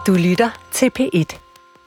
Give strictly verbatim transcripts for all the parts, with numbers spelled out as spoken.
Du lytter til P et.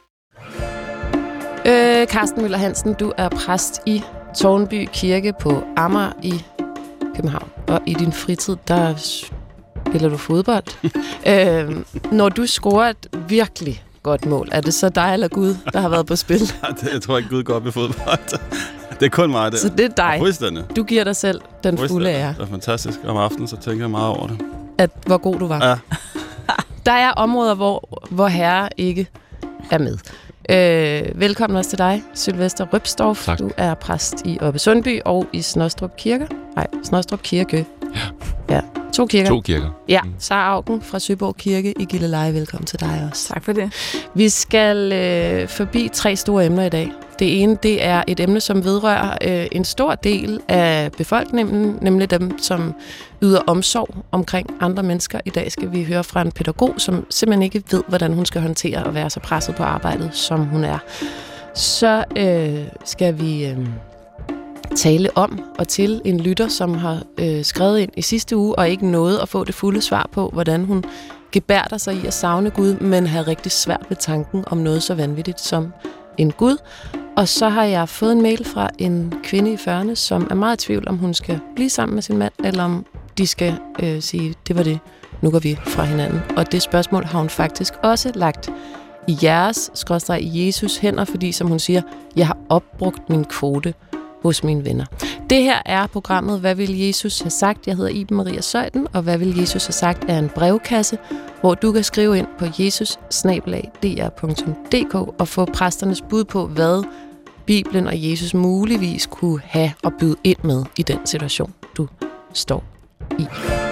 Øh, Carsten Møller Hansen, du er præst i Tårnby Kirke på Amager i København. Og i din fritid, der spiller du fodbold. øh, når du scorer et virkelig godt mål, er det så dig eller Gud, der har været på spil? Jeg tror ikke, Gud går op i fodbold. Det er kun mig, det. Så det er dig. Du giver dig selv den fulde ære. Det er fantastisk. Om aftenen, så tænker jeg meget over det. At hvor god du var. Ja. Der er områder, hvor, hvor herre ikke er med. Øh, velkommen også til dig, Sylvester Røbstorff. Tak. Du er præst i Oppe Sundby og i Snostrup Kirke. Nej, Snostrup Kirke. Ja. Ja, to kirker. To kirker. Ja, Sara Auken fra Søborg Kirke i Gilleleje. Velkommen til dig også. Tak for det. Vi skal øh, forbi tre store emner i dag. Det ene, det er et emne, som vedrører øh, en stor del af befolkningen, nemlig dem, som yder omsorg omkring andre mennesker. I dag skal vi høre fra en pædagog, som simpelthen ikke ved, hvordan hun skal håndtere at være så presset på arbejdet, som hun er. Så øh, skal vi øh, tale om og til en lytter, som har øh, skrevet ind i sidste uge, og ikke nåede at få det fulde svar på, hvordan hun gebærder sig i at savne Gud, men har rigtig svært ved tanken om noget så vanvittigt som en Gud. Og så har jeg fået en mail fra en kvinde i fyrrerne, som er meget i tvivl, om hun skal blive sammen med sin mand, eller om de skal øh, sige, det var det, nu går vi fra hinanden. Og det spørgsmål har hun faktisk også lagt i jeres, skråstreg i Jesus hænder, fordi, som hun siger, jeg har opbrugt min kvote hos mine venner. Det her er programmet, Hvad vil Jesus have sagt? Jeg hedder Iben Maria Søjden, og Hvad vil Jesus have sagt? Er en brevkasse, hvor du kan skrive ind på jesus bindestreg d r punktum d k og få præsternes bud på, hvad Bibelen og Jesus muligvis kunne have at byde ind med i den situation, du står i.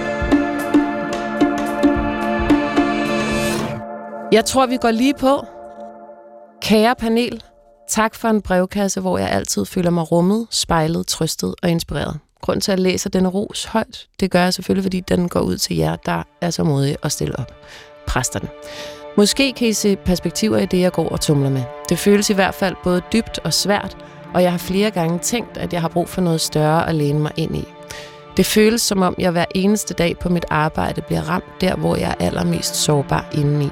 Jeg tror, vi går lige på. Kære panel, tak for en brevkasse, hvor jeg altid føler mig rummet, spejlet, trøstet og inspireret. Grunden til at læse denne ros højt, det gør jeg selvfølgelig, fordi den går ud til jer, der er så modige at stille op. Præsterne. Måske kan I se perspektiver i det, jeg går og tumler med. Det føles i hvert fald både dybt og svært, og jeg har flere gange tænkt, at jeg har brug for noget større at læne mig ind i. Det føles som om, jeg hver eneste dag på mit arbejde bliver ramt der, hvor jeg er allermest sårbar indeni.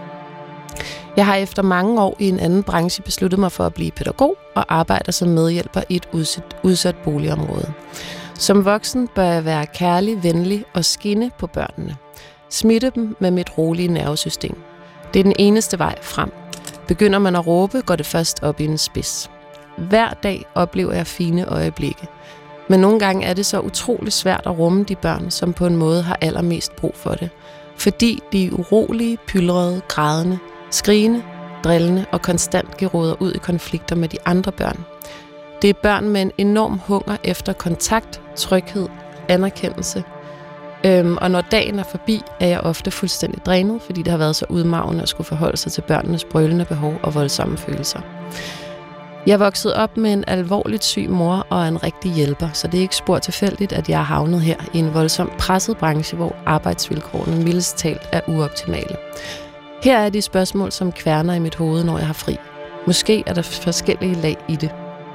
Jeg har efter mange år i en anden branche besluttet mig for at blive pædagog og arbejder som medhjælper i et udsat, udsat boligområde. Som voksen bør jeg være kærlig, venlig og skinne på børnene. Smitte dem med mit rolige nervesystem. Det er den eneste vej frem. Begynder man at råbe, går det først op i en spids. Hver dag oplever jeg fine øjeblikke. Men nogle gange er det så utrolig svært at rumme de børn, som på en måde har allermest brug for det. Fordi de er urolige, pyldrede, grædende, skrigende, drillende og konstant geråder ud i konflikter med de andre børn. Det er børn med en enorm hunger efter kontakt, tryghed, anerkendelse. Øhm, og når dagen er forbi, er jeg ofte fuldstændig drænet, fordi det har været så udmagende at skulle forholde sig til børnenes brølende behov og voldsomme følelser. Jeg er vokset op med en alvorligt syg mor og en rigtig hjælper, så det er ikke spor tilfældigt, at jeg er havnet her i en voldsomt presset branche, hvor arbejdsvilkårene mildest talt er uoptimale. Her er de spørgsmål, som kværner i mit hoved, når jeg har fri. Måske er der forskellige lag i det.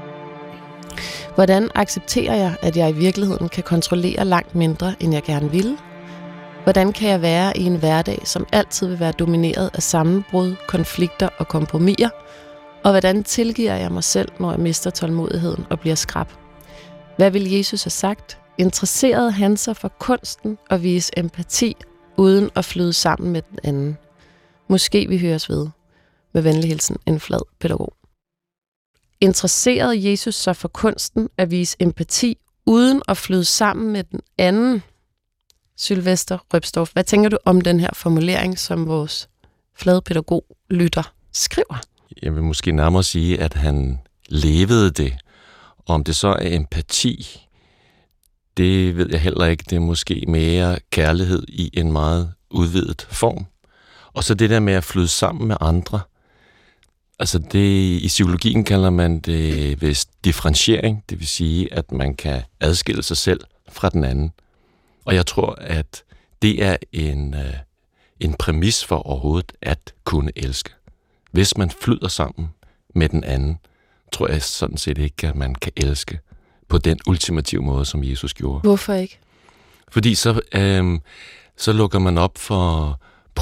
Hvordan accepterer jeg, at jeg i virkeligheden kan kontrollere langt mindre, end jeg gerne vil? Hvordan kan jeg være i en hverdag, som altid vil være domineret af sammenbrud, konflikter og kompromiser? Og hvordan tilgiver jeg mig selv, når jeg mister tålmodigheden og bliver skrap? Hvad vil Jesus have sagt? Interesserede han sig for kunsten og vise empati, uden at flyde sammen med den anden? Måske vi høres ved. Med venlig hilsen, en flad pædagog. Interesserede Jesus sig for kunsten at vise empati, uden at flyde sammen med den anden? Sylvester Røbstorff, hvad tænker du om den her formulering, som vores flade pædagog lytter skriver? Jeg vil måske nærmere sige, at han levede det. Om det så er empati, det ved jeg heller ikke. Det er måske mere kærlighed i en meget udvidet form. Og så det der med at flyde sammen med andre. Altså det, i psykologien kalder man det vist differentiering. Det vil sige, at man kan adskille sig selv fra den anden. Og jeg tror, at det er en, en præmis for overhovedet at kunne elske. Hvis man flyder sammen med den anden, tror jeg sådan set ikke, at man kan elske på den ultimative måde, som Jesus gjorde. Hvorfor ikke? Fordi så, øhm, så lukker man op for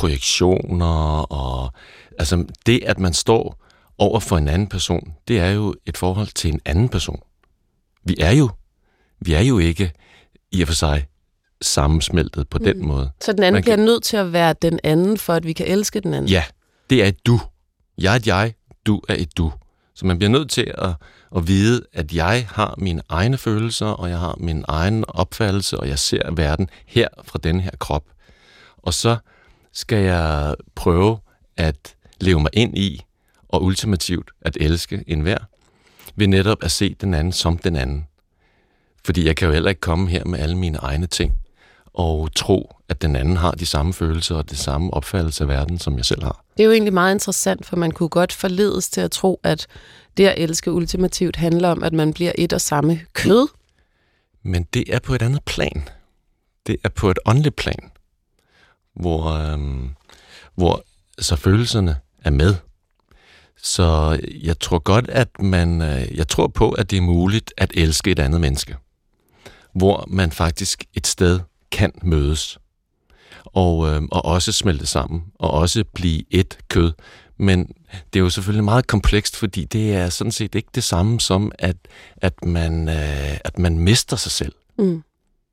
projektioner, og altså det, at man står over for en anden person, det er jo et forhold til en anden person. Vi er jo, vi er jo ikke i og for sig sammensmeltet på mm. den måde. Så den anden man bliver kan... nødt til at være den anden, for at vi kan elske den anden? Ja, det er et du. Jeg er et jeg, du er et du. Så man bliver nødt til at, at vide, at jeg har mine egne følelser, og jeg har min egen opfattelse, og jeg ser verden her fra denne her krop. Og så skal jeg prøve at leve mig ind i, og ultimativt at elske enhver, ved netop at se den anden som den anden. Fordi jeg kan jo heller ikke komme her med alle mine egne ting, og tro, at den anden har de samme følelser og det samme opfattelse af verden, som jeg selv har. Det er jo egentlig meget interessant, for man kunne godt forledes til at tro, at det at elske ultimativt handler om, at man bliver et og samme kød. Men det er på et andet plan. Det er på et åndeligt plan, hvor, øhm, hvor så følelserne er med. Så jeg tror godt, at man, jeg tror på, at det er muligt at elske et andet menneske, hvor man faktisk et sted kan mødes, og, øh, og også smelte sammen, og også blive et kød. Men det er jo selvfølgelig meget komplekst, fordi det er sådan set ikke det samme som, at, at, man, øh, at man mister sig selv. Mm.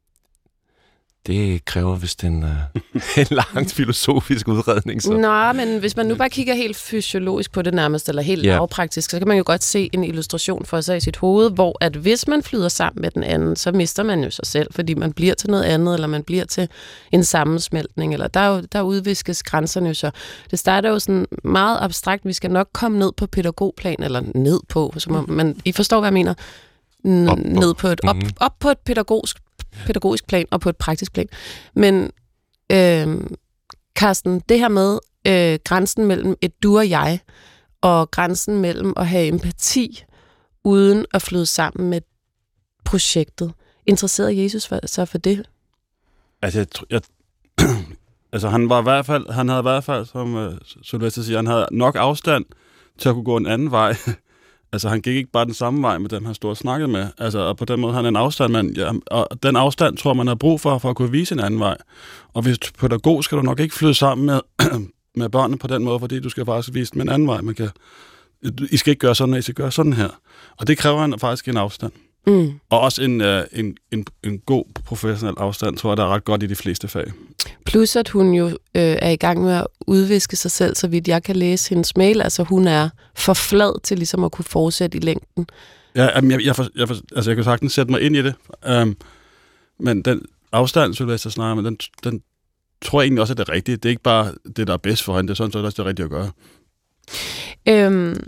Det kræver vist en, uh, en lang filosofisk udredning. Så. Nå, men hvis man nu bare kigger helt fysiologisk på det nærmest, eller helt ja. lavpraktisk, så kan man jo godt se en illustration for sig i sit hoved, hvor at hvis man flyder sammen med den anden, så mister man jo sig selv, fordi man bliver til noget andet, eller man bliver til en sammensmeltning, eller der, er jo, der udviskes grænserne jo så. Det starter jo sådan meget abstrakt, vi skal nok komme ned på pædagogplan, eller ned på, så man, man, I forstår, hvad jeg mener? N- op på. Ned på et, op, mm-hmm. op på et pædagogisk pædagogisk plan og på et praktisk plan. Men, øh, Carsten, det her med øh, grænsen mellem et du og jeg, og grænsen mellem at have empati, uden at flyde sammen med projektet. Interesserede Jesus for, sig for det? Altså, jeg, jeg, altså han var i hvert fald, han havde i hvert fald, som uh, Sylvester siger, han havde nok afstand til at kunne gå en anden vej. Altså, han gik ikke bare den samme vej med dem, han stod og snakkede med. Altså, og på den måde han er en afstand, man, ja, og den afstand tror man har brug for, for at kunne vise en anden vej. Og hvis pædagog skal du nok ikke flyde sammen med, med børnene på den måde, fordi du skal faktisk vise dem en anden vej. Man kan, I skal ikke gøre sådan, I skal gøre sådan her. Og det kræver en, faktisk en afstand. Mm. Og også en, uh, en, en, en god professionel afstand, tror jeg, der er ret godt i de fleste fag. Plus at hun jo øh, er i gang med at udviske sig selv, så vidt jeg kan læse hendes mail. Altså hun er for flad til ligesom at kunne fortsætte i længden. Ja, jeg, jeg, jeg, jeg, altså jeg kan sagtens sætte mig ind i det. Um, men den afstand, Sylvester snakker med, den, den tror jeg egentlig også, at det er rigtigt. Det er ikke bare det, der er bedst for hende. Det er sådan, så er det også det rigtige at gøre. Øhm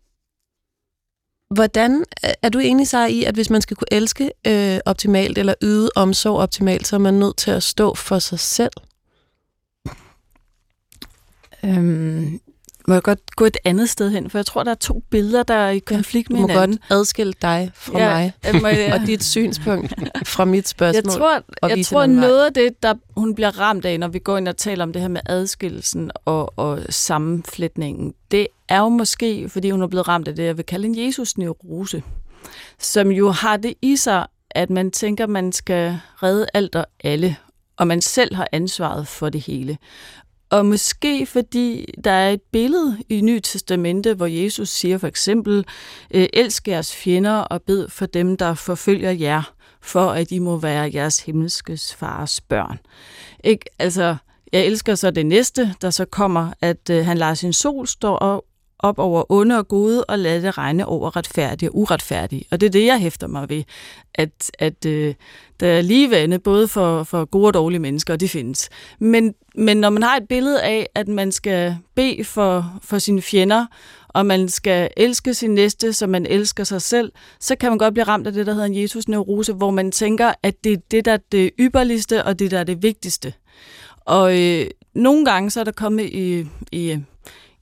Hvordan er du enig så i, at hvis man skal kunne elske øh, optimalt eller yde omsorg optimalt, så er man nødt til at stå for sig selv? Øhm, må jeg godt gå et andet sted hen? For jeg tror, der er to billeder, der er i konflikt med hinanden. Du må godt adskille dig fra ja, mig, må, ja. og dit synspunkt fra mit spørgsmål. Jeg tror, jeg tror noget af det, der hun bliver ramt af, når vi går ind og taler om det her med adskillelsen og, og sammenflætningen, det er jo måske, fordi hun er blevet ramt af det, jeg vil kalde en Jesus-neurose, som jo har det i sig, at man tænker, man skal redde alt og alle, og man selv har ansvaret for det hele. Og måske fordi der er et billede i Nye Testamente, hvor Jesus siger for eksempel, elsk jeres fjender og bed for dem, der forfølger jer, for at I må være jeres himmelskes fars børn. Ikke? Altså, jeg elsker så det næste, der så kommer, at øh, han lader sin sol stå op over onde og gode, og lader det regne over retfærdige og uretfærdige. Og det er det, jeg hæfter mig ved, at, at øh, der er ligevande både for, for gode og dårlige mennesker, og de findes. Men, men når man har et billede af, at man skal bede for, for sine fjender, og man skal elske sin næste, som man elsker sig selv, så kan man godt blive ramt af det, der hedder en Jesus-neurose, hvor man tænker, at det er det, der er det ypperligste, og det, der er det vigtigste. Og øh, nogle gange så er der kommet i, i,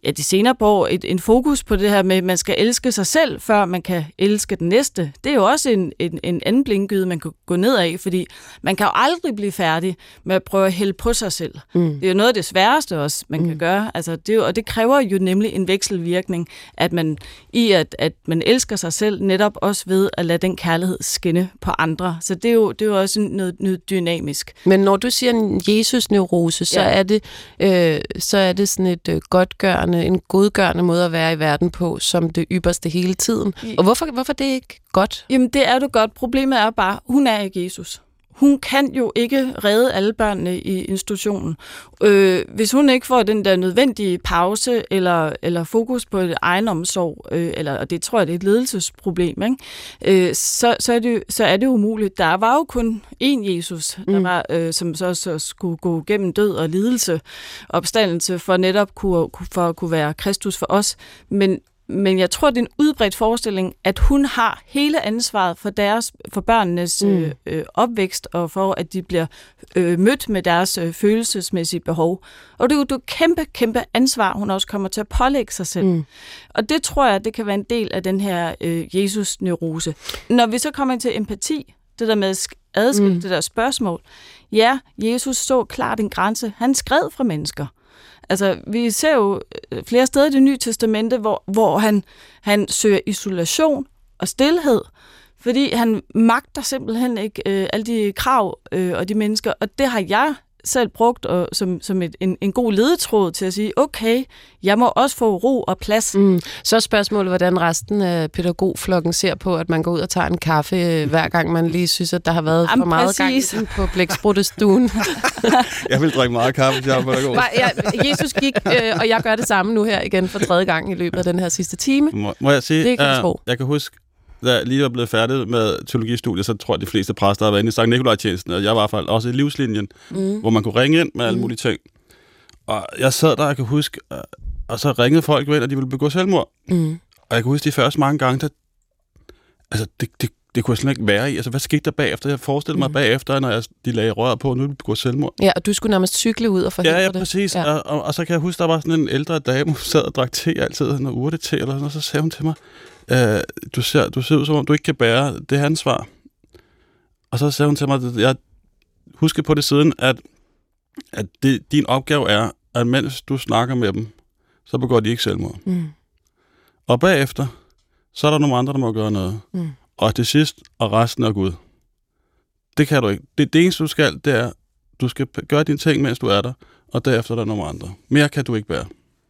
ja, de senere på år et, en fokus på det her med, at man skal elske sig selv, før man kan elske den næste. Det er jo også en, en, en anden blindgyde, man kan gå ned af, fordi man kan jo aldrig blive færdig med at prøve at hælde på sig selv. Mm. Det er jo noget af det sværeste også, man mm. kan gøre. Altså, det er jo, og det kræver jo nemlig en vekselvirkning, at man i at, at man elsker sig selv, netop også ved at lade den kærlighed skinne på andre. Så det er jo, det er jo også noget, noget dynamisk. Men når du siger en Jesus-neurose, så, ja. er det, øh, så er det sådan et øh, godgørende, en godgørende måde at være i verden på, som det ypperste hele tiden. Og hvorfor, hvorfor det er ikke godt? Jamen, det er jo godt. Problemet er bare, hun er ikke Jesus. Hun kan jo ikke redde alle børnene i institutionen. Øh, hvis hun ikke får den der nødvendige pause eller, eller fokus på et egenomsorg, øh, eller, og det tror jeg, det er et ledelsesproblem, ikke? Øh, så, så, er det, så er det umuligt. Der var jo kun én Jesus, der mm. var, øh, som så, så skulle gå gennem død og lidelse, opstandelse, for netop kunne, for at kunne være Kristus for os. Men Men jeg tror, det er en udbredt forestilling, at hun har hele ansvaret for deres, for børnenes mm. øh, opvækst, og for, at de bliver øh, mødt med deres øh, følelsesmæssige behov. Og det er jo et kæmpe, kæmpe ansvar, hun også kommer til at pålægge sig selv. Mm. Og det tror jeg, det kan være en del af den her øh, Jesus-neurose. Når vi så kommer ind til empati, det der med adskilt, mm. det der spørgsmål. Ja, Jesus så klart en grænse. Han skred fra mennesker. Altså, vi ser jo flere steder i Det Nye Testamente, hvor, hvor han, han søger isolation og stilhed, fordi han magter simpelthen ikke øh, alle de krav øh, og de mennesker, og det har jeg selv brugt og, som, som et, en, en god ledetråd til at sige, okay, jeg må også få ro og plads. Mm. Så er spørgsmålet, hvordan resten af pædagogflokken ser på, at man går ud og tager en kaffe, øh, hver gang man lige synes, at der har været Jamen, for meget præcis. gang på blækspruttestuen. Jeg vil drikke meget kaffe, jeg er pædagog. Ja, Jesus gik, øh, og jeg gør det samme nu her igen for tredje gang i løbet af den her sidste time. Må, må jeg sige, det kan jeg, uh, jeg kan huske, da jeg lige var blevet færdig med teologistudiet, så tror jeg, de fleste præster har været inde i Sankt Nikolaj-tjenesten, og jeg var i hvert fald også i livslinjen, mm. hvor man kunne ringe ind med alle mulige ting. Og jeg sad der, jeg kan huske, og så ringede folk ind, at de ville begå selvmord. Mm. Og jeg kan huske de første mange gange, der, altså det, det, det kunne jeg slet ikke være i. Altså hvad skete der bagefter? Jeg forestillede mig mm. bagefter, når jeg, de lagde røret på, og nu ville de begå selvmord. Ja, og du skulle nærmest cykle ud og forhindre det. Ja, ja, præcis. Ja. Og, og, og så kan jeg huske, der var sådan en ældre dame, hun sad og drak te altid, noget urte te, eller sådan, og så sagde hun til mig, Uh, du, ser, du ser ud som om, du ikke kan bære det her ansvar. Og så sagde hun til mig, at jeg husker på det siden, at, at det, din opgave er, at mens du snakker med dem, så begår de ikke selvmord. Mm. Og bagefter, så er der nogle andre, der må gøre noget. Mm. Og til sidst, og resten er Gud. Det kan du ikke. Det, det eneste, du skal, det er, du skal gøre dine ting, mens du er der, og derefter er der nogle andre. Mere kan du ikke bære.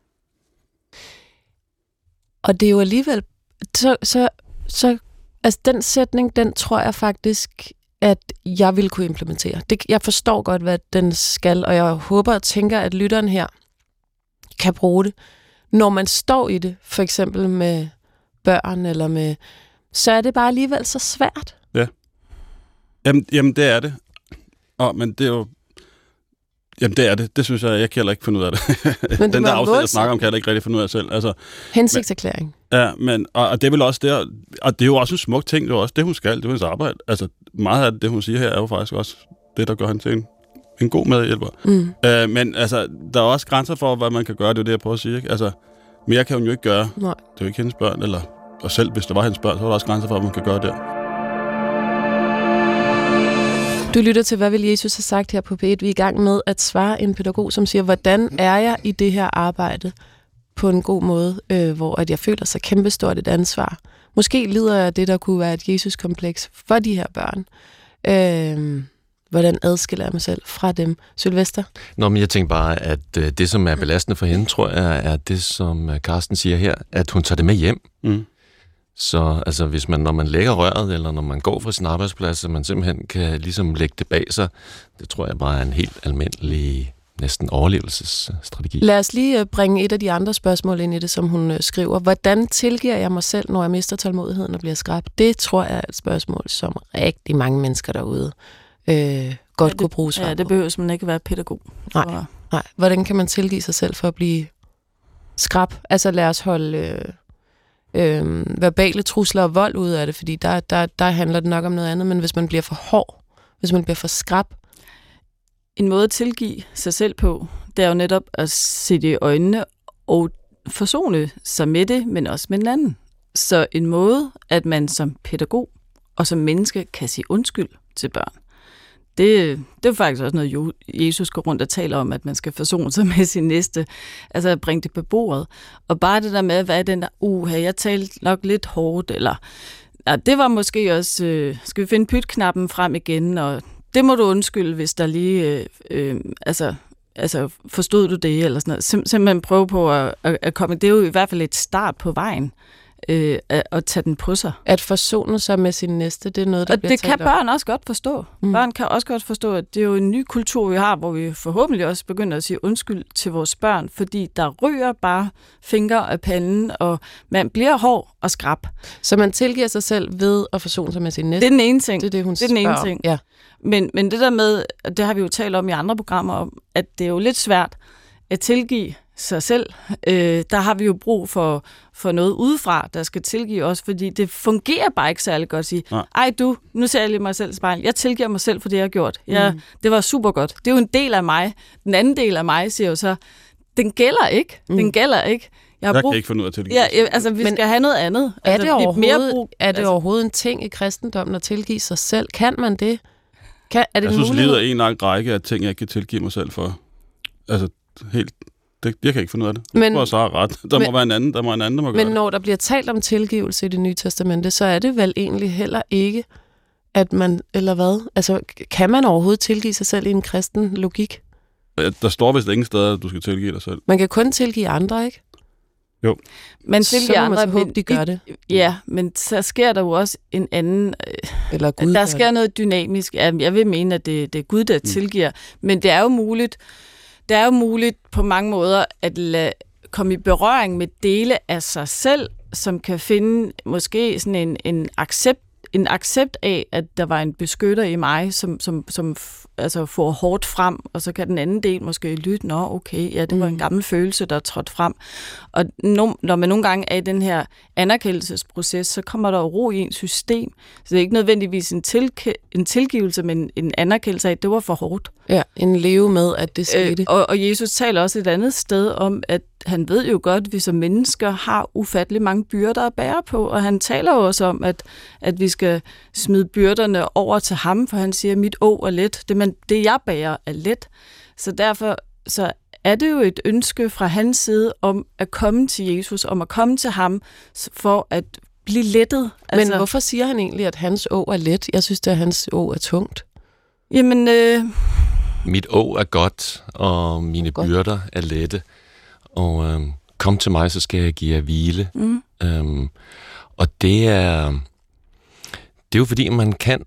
Og det er jo alligevel Så, så, så altså den sætning, den tror jeg faktisk, at jeg vil kunne implementere. Det, jeg forstår godt, hvad den skal, og jeg håber og tænker, at lytteren her kan bruge det. Når man står i det, for eksempel med børn, eller med, så er det bare alligevel så svært. Ja. Jamen, jamen det er det. Og, men det er jo Jamen det er det. Det synes jeg, jeg kan heller ikke finde ud af det. Men den der afsnit, jeg snakker om, kan jeg ikke rigtig finde ud af selv. Altså, hensigtserklæring. Men, ja, men, og, og det er vel også det, og det er jo også en smuk ting, det er også det, hun skal, det er hendes arbejde. Altså meget af det, hun siger her, er jo faktisk også det, der gør hende til en, en god medhjælper. Mm. Øh, men altså, der er også grænser for, hvad man kan gøre, det er det, jeg prøver at sige. Ikke? Altså, mere kan hun jo ikke gøre. Nej. Det er jo ikke hendes børn, eller, og selv hvis det var hendes børn, så var der også grænser for, hvad man kan gøre der. Du lytter til, hvad vil Jesus have sagt her på P et. Vi er i gang med at svare en pædagog, som siger, hvordan er jeg i det her arbejde på en god måde, øh, hvor at jeg føler så kæmpestort et ansvar. Måske lider jeg af det, der kunne være et Jesus-kompleks for de her børn. Øh, hvordan adskiller jeg mig selv fra dem? Sylvester? Nå, men jeg tænker bare, at øh, det, som er belastende for hende, tror jeg, er det, som Carsten siger her, at hun tager det med hjem. Mm. Så altså, hvis man, når man lægger røret, eller når man går fra sin arbejdsplads, så man simpelthen kan ligesom lægge det bag sig, det tror jeg bare er en helt almindelig, næsten overlevelsesstrategi. Lad os lige bringe et af de andre spørgsmål ind i det, som hun skriver. Hvordan tilgiver jeg mig selv, når jeg mister tålmodigheden og bliver skrab? Det tror jeg er et spørgsmål, som rigtig mange mennesker derude øh, godt ja, kunne bruge svar på. Ja, det behøver man ikke være pædagog. Nej, nej. Hvordan kan man tilgive sig selv for at blive skrab? Altså lad os holde Øh, Øhm, verbale trusler og vold ud af det, fordi der, der, der handler det nok om noget andet, men hvis man bliver for hård, hvis man bliver for skrap. En måde at tilgive sig selv på, det er jo netop at se det i øjnene og forsone sig med det, men også med den anden. Så en måde, at man som pædagog og som menneske kan sige undskyld til børn, det, det er faktisk også noget, Jesus går rundt og taler om, at man skal forsone sig med sin næste, altså at bringe det på bordet. Og bare det der med, hvad er den der, uha, jeg talte nok lidt hårdt, eller ja, det var måske også, øh, skal vi finde pytknappen frem igen, og det må du undskylde, hvis der lige, øh, øh, altså, altså forstod du det, eller sådan noget. Sim- simpelthen prøve på at, at, at komme, det er jo i hvert fald et start på vejen, øh, at, at tage den på sig. At forsone sig med sin næste, det er noget, der og bliver det talt kan børn også godt forstå. Mm. Børn kan også godt forstå, at det er jo en ny kultur, vi har, hvor vi forhåbentlig også begynder at sige undskyld til vores børn, fordi der ryger bare fingre af panden, og man bliver hård og skrab. Så man tilgiver sig selv ved at forsone sig med sin næste? Det er den ene ting. Det er det, hun det er den ene ting. Ja. Men, men det der med, det har vi jo talt om i andre programmer, om, at det er jo lidt svært at tilgive sig selv. Øh, der har vi jo brug for, for noget udefra, der skal tilgive os, fordi det fungerer bare ikke særlig godt at sige, ja. Ej du, nu ser jeg lige mig selv i spejlet. Jeg tilgiver mig selv for det, jeg har gjort. Jeg, mm. Det var super godt. Det er jo en del af mig. Den anden del af mig siger jo så, den gælder ikke. Mm. Den gælder ikke. Jeg, har jeg brug... kan ikke finde ud af tilgive. Ja, altså vi Men skal have noget andet. Er altså, det, overhovedet, mere brug... er det altså... overhovedet en ting i kristendommen at tilgive sig selv? Kan man det? Kan, er det jeg synes, det lider en lang række af ting, jeg ikke kan tilgive mig selv for. Altså, helt... Det, jeg kan ikke finde ud af det. Det var så ret. Der men, må være en anden, der må en anden, der må gøre Men det. når der bliver talt om tilgivelse i Det Nye Testamente, så er det vel egentlig heller ikke, at man, eller hvad? Altså, kan man overhovedet tilgive sig selv i en kristen logik? Der står vist ingen steder, at du skal tilgive dig selv. Man kan kun tilgive andre, ikke? Jo. Man tilgiver andre, så håbe, de gør det. Ja, men så sker der jo også en anden... Eller Gud der sker det. Noget dynamisk. Jeg vil mene, at det, det er Gud, der mm. tilgiver. Men det er jo muligt... Det er jo muligt på mange måder at lade, komme i berøring med dele af sig selv, som kan finde måske sådan en, en, accept, en accept af, at der var en beskytter i mig, som, som, som altså får hårdt frem, og så kan den anden del måske lytte, nå okay, ja, det var en gammel følelse, der trådte frem. Og no, når man nogle gange er i den her anerkendelsesproces, så kommer der ro i ens system. Så det er ikke nødvendigvis en, tilke- en tilgivelse, men en anerkendelse af, at det var for hårdt. Ja, en leve med, at det skete. Øh, og, og Jesus taler også et andet sted om, at han ved jo godt, at vi som mennesker har ufattelig mange byrder at bære på, og han taler jo også om, at, at vi skal smide byrderne over til ham, for han siger, at mit åg er let. Det, man, det jeg bærer er let. Så derfor så er det jo et ønske fra hans side om at komme til Jesus, om at komme til ham for at blive lettet. Altså, men hvorfor siger han egentlig, at hans åg er let? Jeg synes, at hans åg er tungt. Jamen... Øh... Mit åg er godt, og mine godt. byrder er lette. Og øhm, kom til mig, så skal jeg give jer hvile. Mm. Øhm, og det er, det er jo fordi, man kan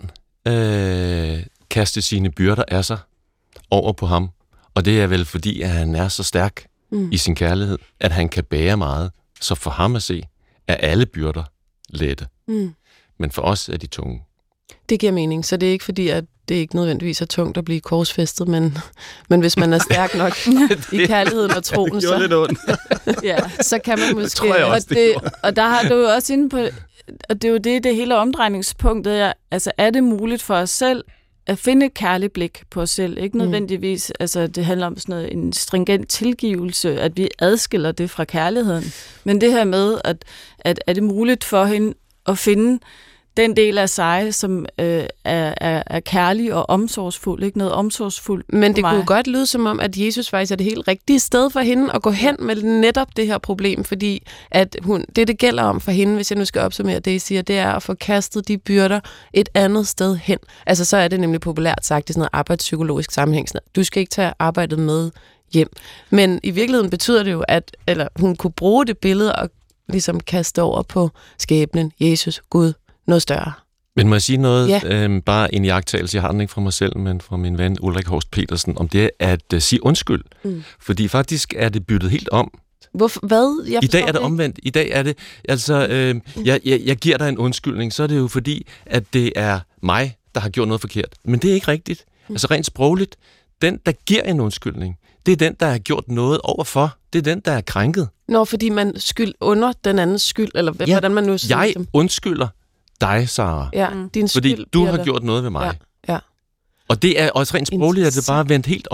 øh, kaste sine byrder af sig over på ham. Og det er vel fordi, at han er så stærk mm. i sin kærlighed, at han kan bære meget. Så for ham at se, er alle byrder lette. Mm. Men for os er de tunge. Det giver mening, så det er ikke fordi, at det ikke nødvendigvis er tungt at blive korsfæstet, men, men hvis man er stærk nok i kærligheden og troen, så, lidt ondt. ja, så kan man måske... Det også, og, det, og der har du jo også inde på, og det er jo det, det hele omdrejningspunktet er, altså er det muligt for os selv at finde et kærligt blik på os selv? Ikke nødvendigvis, mm. altså det handler om sådan noget, en stringent tilgivelse, at vi adskiller det fra kærligheden, men det her med, at, at er det muligt for hende at finde den del af sig, som øh, er, er, er kærlig og omsorgsfuld, ikke noget omsorgsfuldt. Men det kunne godt lyde som om, at Jesus faktisk er det helt rigtige sted for hende at gå hen med netop det her problem, fordi at hun, det, det gælder om for hende, hvis jeg nu skal opsummere det, I siger, det er at få kastet de byrder et andet sted hen. Altså så er det nemlig populært sagt i sådan noget arbejdspsykologisk sammenhæng. Du skal ikke tage arbejdet med hjem. Men i virkeligheden betyder det jo, at eller hun kunne bruge det billede og ligesom kaste over på skæbnen, Jesus, Gud, noget større. Men må jeg sige noget, ja. øhm, bare en iagttagelse, jeg har den ikke fra mig selv, men fra min ven Ulrik Horst Petersen, om det at uh, sige undskyld. Mm. Fordi faktisk er det byttet helt om. Hvorfor? Hvad? Jeg I dag er det omvendt. I dag er det, altså, øh, mm. jeg, jeg, jeg giver dig en undskyldning, så er det jo fordi, at det er mig, der har gjort noget forkert. Men det er ikke rigtigt. Mm. Altså rent sprogligt, den, der giver en undskyldning, det er den, der har gjort noget overfor. Det er den, der er krænket. Nå, fordi man skyld under den andens skyld, eller ja, hvordan man nu siger jeg det. undskylder dig, Sara. Ja, din fordi skyld du har gjort noget ved mig. Ja, ja. Og det er også rent sprogligt, at det bare vendt helt om,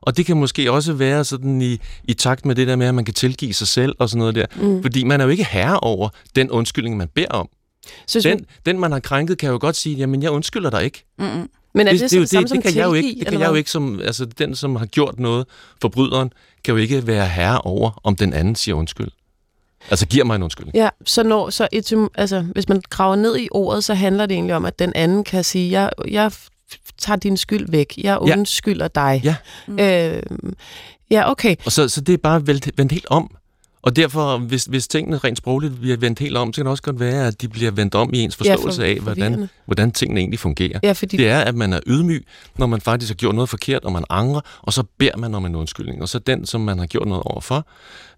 Og det kan måske også være sådan i, i takt med det der med, at man kan tilgive sig selv og sådan noget der. Mm. Fordi man er jo ikke herre over den undskyldning, man beder om. Så den, man... den, man har krænket, kan jo godt sige, jamen jeg undskylder dig ikke. Mm-mm. Men er det, det, det, det, det, det kan jeg jo ikke. Det kan jeg jo ikke som, altså den, som har gjort noget, forbryderen, kan jo ikke være herre over, om den anden siger undskyld. Altså giver mig en undskyldning. Ja, så når så etym, altså hvis man graver ned i ordet, så handler det egentlig om, at den anden kan sige, jeg, jeg tager din skyld væk. Jeg undskylder ja. dig. Ja. Mm. Øh, ja, okay. Og så, så det er bare vendt, vendt helt om. Og derfor, hvis, hvis tingene rent sprogligt bliver vendt helt om, så kan det også godt være, at de bliver vendt om i ens forståelse ja, for, af, hvordan, hvordan tingene egentlig fungerer. Ja, fordi... Det er, at man er ydmyg, når man faktisk har gjort noget forkert, og man angrer, og så beder man om en undskyldning. Og så den, som man har gjort noget overfor,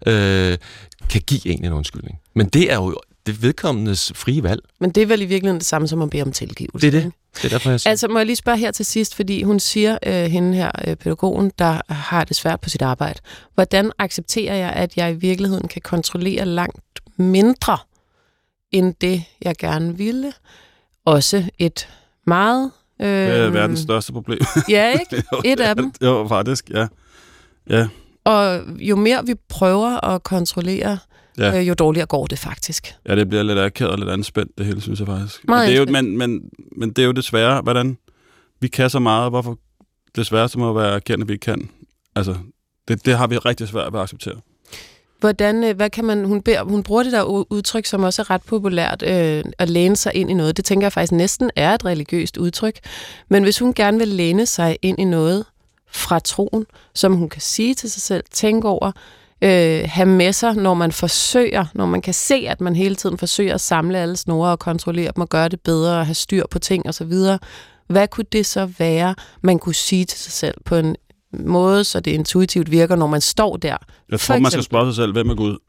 øh, kan give en en undskyldning. Men det er jo det vedkommendes frie valg. Men det er vel i virkeligheden det samme som at bede om tilgivelse. Det er det. Det er derfor, jeg siger. Altså må jeg lige spørge her til sidst, fordi hun siger, øh, hende her, øh, pædagogen, der har det svært på sit arbejde. Hvordan accepterer jeg, at jeg i virkeligheden kan kontrollere langt mindre, end det, jeg gerne ville? Også et meget... Øh, det er verdens største problem. Ja, ikke? jo, et af dem. Jo, faktisk, ja. ja. Og jo mere vi prøver at kontrollere, ja. øh, jo dårligere går det faktisk. Ja, det bliver lidt akavet og lidt anspændt, det hele, synes jeg faktisk. Men det, er jo, men, men, men det er jo desværre, hvordan vi kan så meget, hvorfor det sværeste må være at erkende, at vi ikke kan. Altså, det, det har vi rigtig svært ved at acceptere. Hvordan, hvad kan man, hun, beder, hun bruger det der udtryk, som også er ret populært, øh, at læne sig ind i noget. Det tænker jeg faktisk næsten er et religiøst udtryk. Men hvis hun gerne vil læne sig ind i noget fra troen, som hun kan sige til sig selv, tænke over, øh, have med sig, når man forsøger, når man kan se, at man hele tiden forsøger at samle alle snore og kontrollere dem og gøre det bedre og have styr på ting osv. Hvad kunne det så være, man kunne sige til sig selv på en måde, så det intuitivt virker, når man står der? Jeg tror, man skal spørge sig selv, hvem er Gud?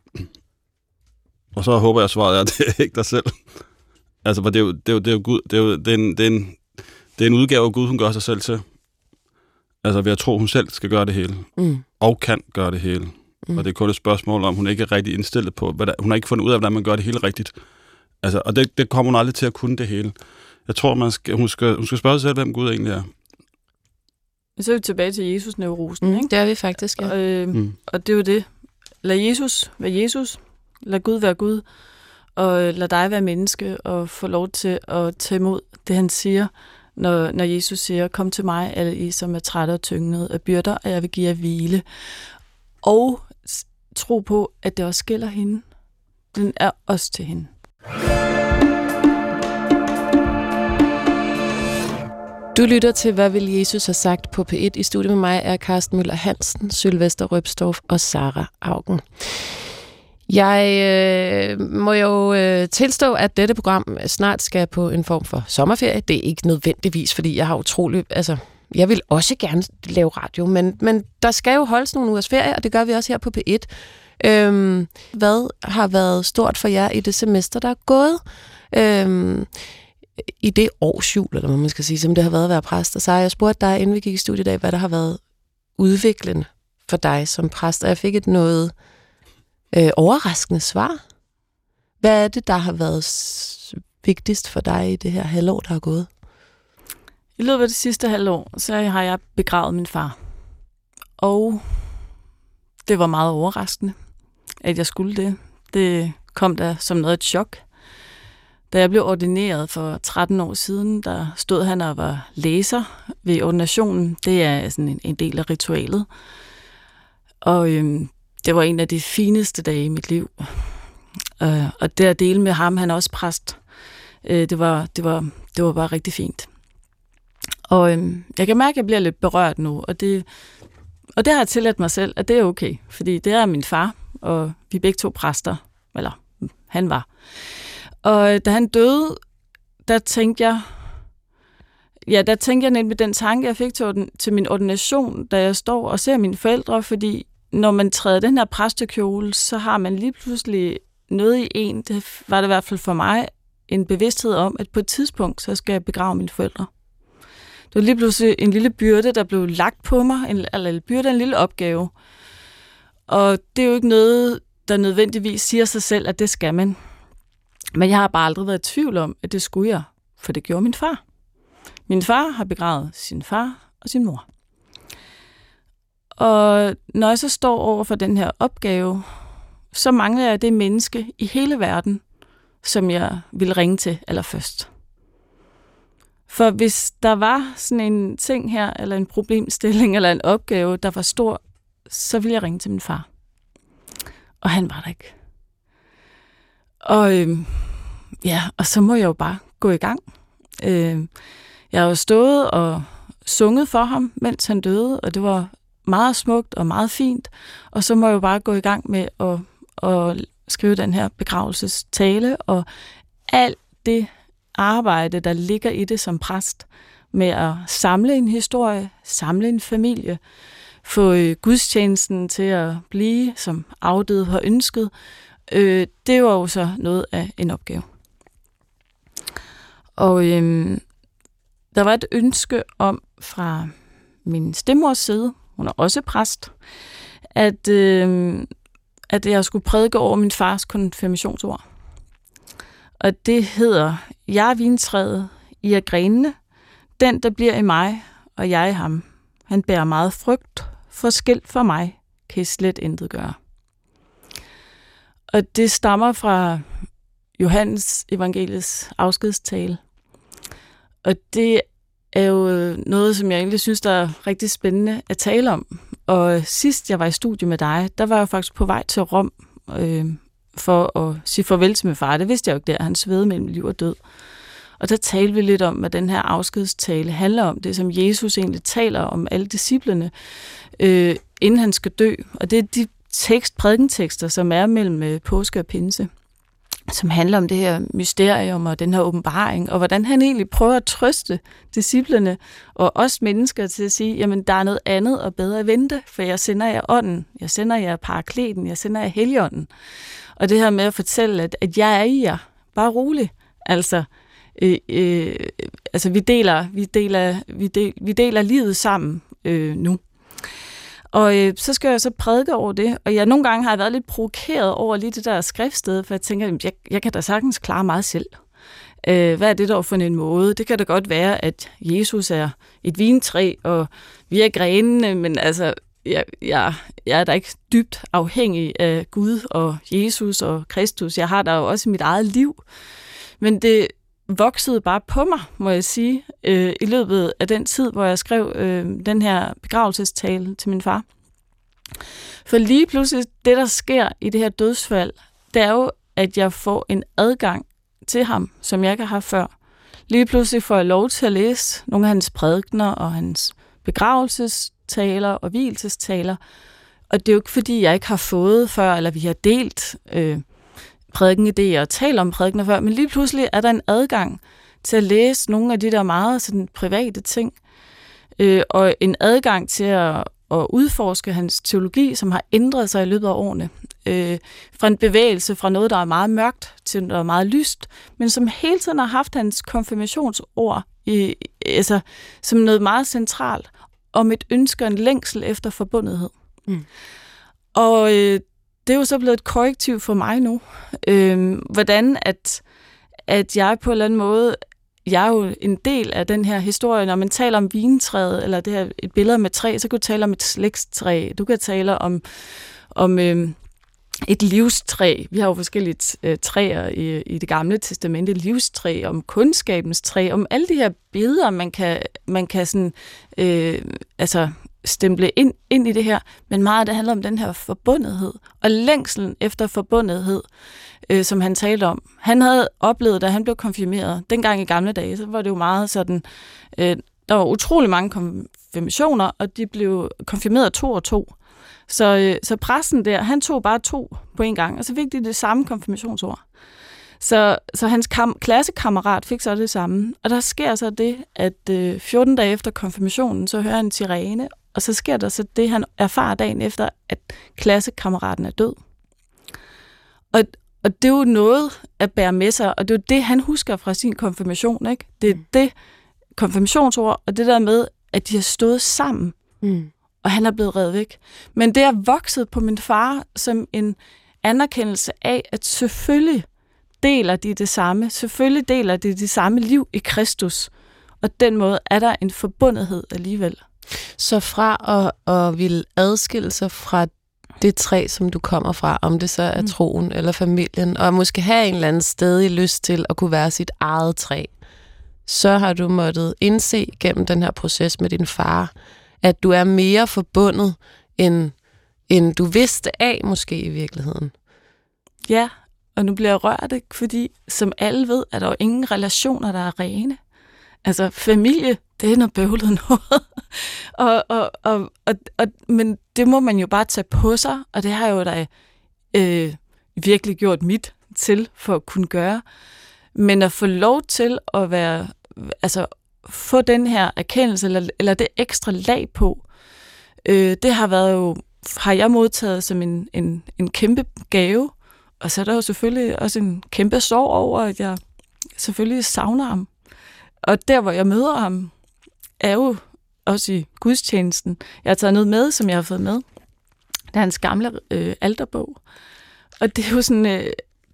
Og så håber jeg, at svaret er, at det er ikke dig selv. Altså, for det er jo, det er jo, det er jo Gud. Det er jo det er en, det er en, det er en udgave af Gud, hun gør sig selv til. Altså, ved at tro, hun selv skal gøre det hele. Mm. Og kan gøre det hele. Mm. Og det er kun et spørgsmål om, hun ikke er rigtig indstillet på, hvad der, hun har ikke fundet ud af, hvordan man gør det hele rigtigt. Altså, og det, det kommer hun aldrig til at kunne det hele. Jeg tror, man skal, hun, skal, hun skal spørge sig selv, hvem Gud egentlig er. Så er vi tilbage til Jesus-neurosen, mm, ikke? Det er vi faktisk, ja. Og, øh, mm. og det er jo det. Lad Jesus være Jesus. Lad Gud være Gud. Og lad dig være menneske og få lov til at tage imod det, han siger, når, når Jesus siger, kom til mig, alle I, som er trætte og tyngede af byrder, og jeg vil give jer hvile. Og tro på, at det også gælder hende. Den er også til hende. Du lytter til, hvad vil Jesus have sagt på P et. I studiet med mig er Carsten Møller Hansen, Sylvester Røbstorff og Sara Augen. Jeg øh, må jo øh, tilstå, at dette program snart skal på en form for sommerferie. Det er ikke nødvendigvis, fordi jeg har utrolig... Altså, jeg vil også gerne lave radio, men, men der skal jo holdes nogle ugers ferie, og det gør vi også her på P et. Øhm, hvad har været stort for jer i det semester, der er gået? Øhm, I det årsjul, eller hvad man skal sige, som det har været at være præst. Og så har jeg spurgt dig, inden vi gik i studiet i dag, hvad der har været udviklende for dig som præst, og jeg fik et noget øh, overraskende svar. Hvad er det, der har været vigtigst for dig i det her halvår, der er gået? I løbet af det sidste halvår, så har jeg begravet min far. Og det var meget overraskende, at jeg skulle det. Det kom der som noget af et chok. Da jeg blev ordineret for tretten år siden, der stod han og var læser ved ordinationen. Det er sådan en, en del af ritualet. Og øhm, det var en af de fineste dage i mit liv. Øh, og det at dele med ham, han er også præst. Øh, det, var, det, var, det var bare rigtig fint. Og øhm, jeg kan mærke, at jeg bliver lidt berørt nu, og det, og det har jeg tilladt mig selv, at det er okay. Fordi det er min far, og vi er begge to præster. Eller, han var. Og da han døde, der tænkte jeg, ja, der tænkte jeg nemlig den tanke, jeg fik til, til min ordination, da jeg står og ser mine forældre, fordi når man træder den her præstekjole, så har man lige pludselig noget i en, det var det i hvert fald for mig, en bevidsthed om, at på et tidspunkt, så skal jeg begrave mine forældre. Det var lige pludselig en lille byrde, der blev lagt på mig, en, eller en byrde, en lille opgave. Og det er jo ikke noget, der nødvendigvis siger sig selv, at det skal man. Men jeg har bare aldrig været i tvivl om, at det skulle jeg, for det gjorde min far. Min far har begravet sin far og sin mor. Og når jeg så står over for den her opgave, så mangler jeg det menneske i hele verden, som jeg vil ringe til allerførst. For hvis der var sådan en ting her, eller en problemstilling, eller en opgave, der var stor, så ville jeg ringe til min far. Og han var der ikke. Og, øh, ja, og så må jeg jo bare gå i gang. Øh, jeg har jo stået og sunget for ham, mens han døde, og det var meget smukt og meget fint. Og så må jeg jo bare gå i gang med at, at skrive den her begravelsestale, og alt det arbejde, der ligger i det som præst, med at samle en historie, samle en familie, få gudstjenesten til at blive, som afdøde har ønsket, øh, det var jo så noget af en opgave. Og øh, der var et ønske om fra min stemmors side, hun er også præst, at, øh, at jeg skulle prædike over min fars konfirmationsord. Og det hedder, jeg er vintræet, I er grenene, den der bliver i mig, og jeg i ham. Han bærer meget frygt, for skilt for mig, kan I slet intet gøre. Og det stammer fra Johannes evangeliets afskedstale. Og det er jo noget, som jeg egentlig synes, der er rigtig spændende at tale om. Og sidst jeg var i studie med dig, der var jeg faktisk på vej til Rom øh, for at sige farvel til min far. Det vidste jeg jo ikke der, han svede mellem liv og død. Og der talte vi lidt om, hvad den her afskedstale handler om. Det, som Jesus egentlig taler om alle disciplene, øh, inden han skal dø. Og det er de tekst, prædikentekster, som er mellem øh, påske og pinse, som handler om det her mysterium og den her åbenbaring, og hvordan han egentlig prøver at trøste disciplene og os mennesker til at sige, jamen der er noget andet og bedre at vente, for jeg sender jer ånden, jeg sender jer parakleten, jeg sender jer helligånden. Og det her med at fortælle, at, at jeg er i jer, bare rolig. Altså, øh, øh, altså vi deler, vi deler, vi deler, vi deler livet sammen øh, nu. Og øh, så skal jeg så prædike over det, og jeg nogle gange har jeg været lidt provokeret over lige det der skriftsted, for jeg tænker, at jeg, jeg kan da sagtens klare meget selv. Øh, hvad er det der for en måde? Det kan da godt være, at Jesus er et vintræ, og vi er grenene, men altså, jeg, jeg, jeg er da ikke dybt afhængig af Gud og Jesus og Kristus. Jeg har da jo også mit eget liv. Men det voksede bare på mig, må jeg sige, øh, i løbet af den tid, hvor jeg skrev øh, den her begravelsestale til min far. For lige pludselig, det der sker i det her dødsfald, det er jo, at jeg får en adgang til ham, som jeg ikke har haft før. Lige pludselig får jeg lov til at læse nogle af hans prædikener og hans begravelsestaler og vielsestaler. Og det er jo ikke, fordi jeg ikke har fået før, eller vi har delt øh, prædikenidéer og talt om prædikener før, men lige pludselig er der en adgang til at læse nogle af de der meget sådan, private ting, øh, og en adgang til at, at udforske hans teologi, som har ændret sig i løbet af årene. Øh, fra en bevægelse fra noget, der er meget mørkt, til noget, der er meget lyst, men som hele tiden har haft hans konfirmationsord i, altså, som noget meget centralt, om et ønske og en længsel efter forbundethed. Mm. Og øh, det er jo så blevet et korrektiv for mig nu. Øh, hvordan at, at jeg på en eller anden måde, jeg er jo en del af den her historie, når man taler om vintræet, eller det her et billede med træ, så kan du tale om et slægtstræ, du kan tale om, om øh, et livstræ. Vi har jo forskellige øh, træer i, i det gamle testamente, livstræ, om kundskabens træ, om alle de her billeder, man kan, man kan sådan, øh, altså stemple ind, ind i det her, men meget af det handler om den her forbundethed, og længselen efter forbundethed, øh, som han talte om. Han havde oplevet, da han blev konfirmeret, dengang i gamle dage, så var det jo meget sådan, øh, der var utrolig mange konfirmationer, og de blev konfirmeret to og to. Så, øh, så præsten der, han tog bare to på en gang, og så fik de det samme konfirmationsord. Så, så hans kam- klassekammerat fik så det samme. Og der sker så det, at øh, fjorten dage efter konfirmationen, så hører han en sirene, og så sker der så det, han erfarer dagen efter, at klassekammeraten er død. Og, og det er jo noget at bære med sig, og det er jo det, han husker fra sin konfirmation, ikke? Det er mm. det konfirmationsord, og det der med, at de har stået sammen, mm. og han er blevet revet væk. Men det er vokset på min far som en anerkendelse af, at selvfølgelig deler de det samme. Selvfølgelig deler de det samme liv i Kristus. Og den måde er der en forbundethed alligevel. Så fra at, at ville adskille sig fra det træ, som du kommer fra, om det så er mm. troen eller familien, og måske have en eller anden stadig lyst til at kunne være sit eget træ, så har du måttet indse gennem den her proces med din far, at du er mere forbundet, end, end du vidste af måske i virkeligheden. Ja, og nu bliver jeg rørt, ikke? Fordi som alle ved, er der jo ingen relationer, der er rene. Altså familie, det er noget bøvlet noget. og, og, og, og, og, men det må man jo bare tage på sig, og det har jo da øh, virkelig gjort mit til for at kunne gøre. Men at få lov til at være, altså få den her erkendelse, eller, eller det ekstra lag på, øh, det har været jo, har jeg modtaget som en, en, en kæmpe gave, og så er der jo selvfølgelig også en kæmpe sorg over, at jeg selvfølgelig savner ham. Og der, hvor jeg møder ham, er jo også i gudstjenesten. Jeg har taget noget med, som jeg har fået med. Det er hans gamle øh, alterbog. Og det er jo sådan, øh,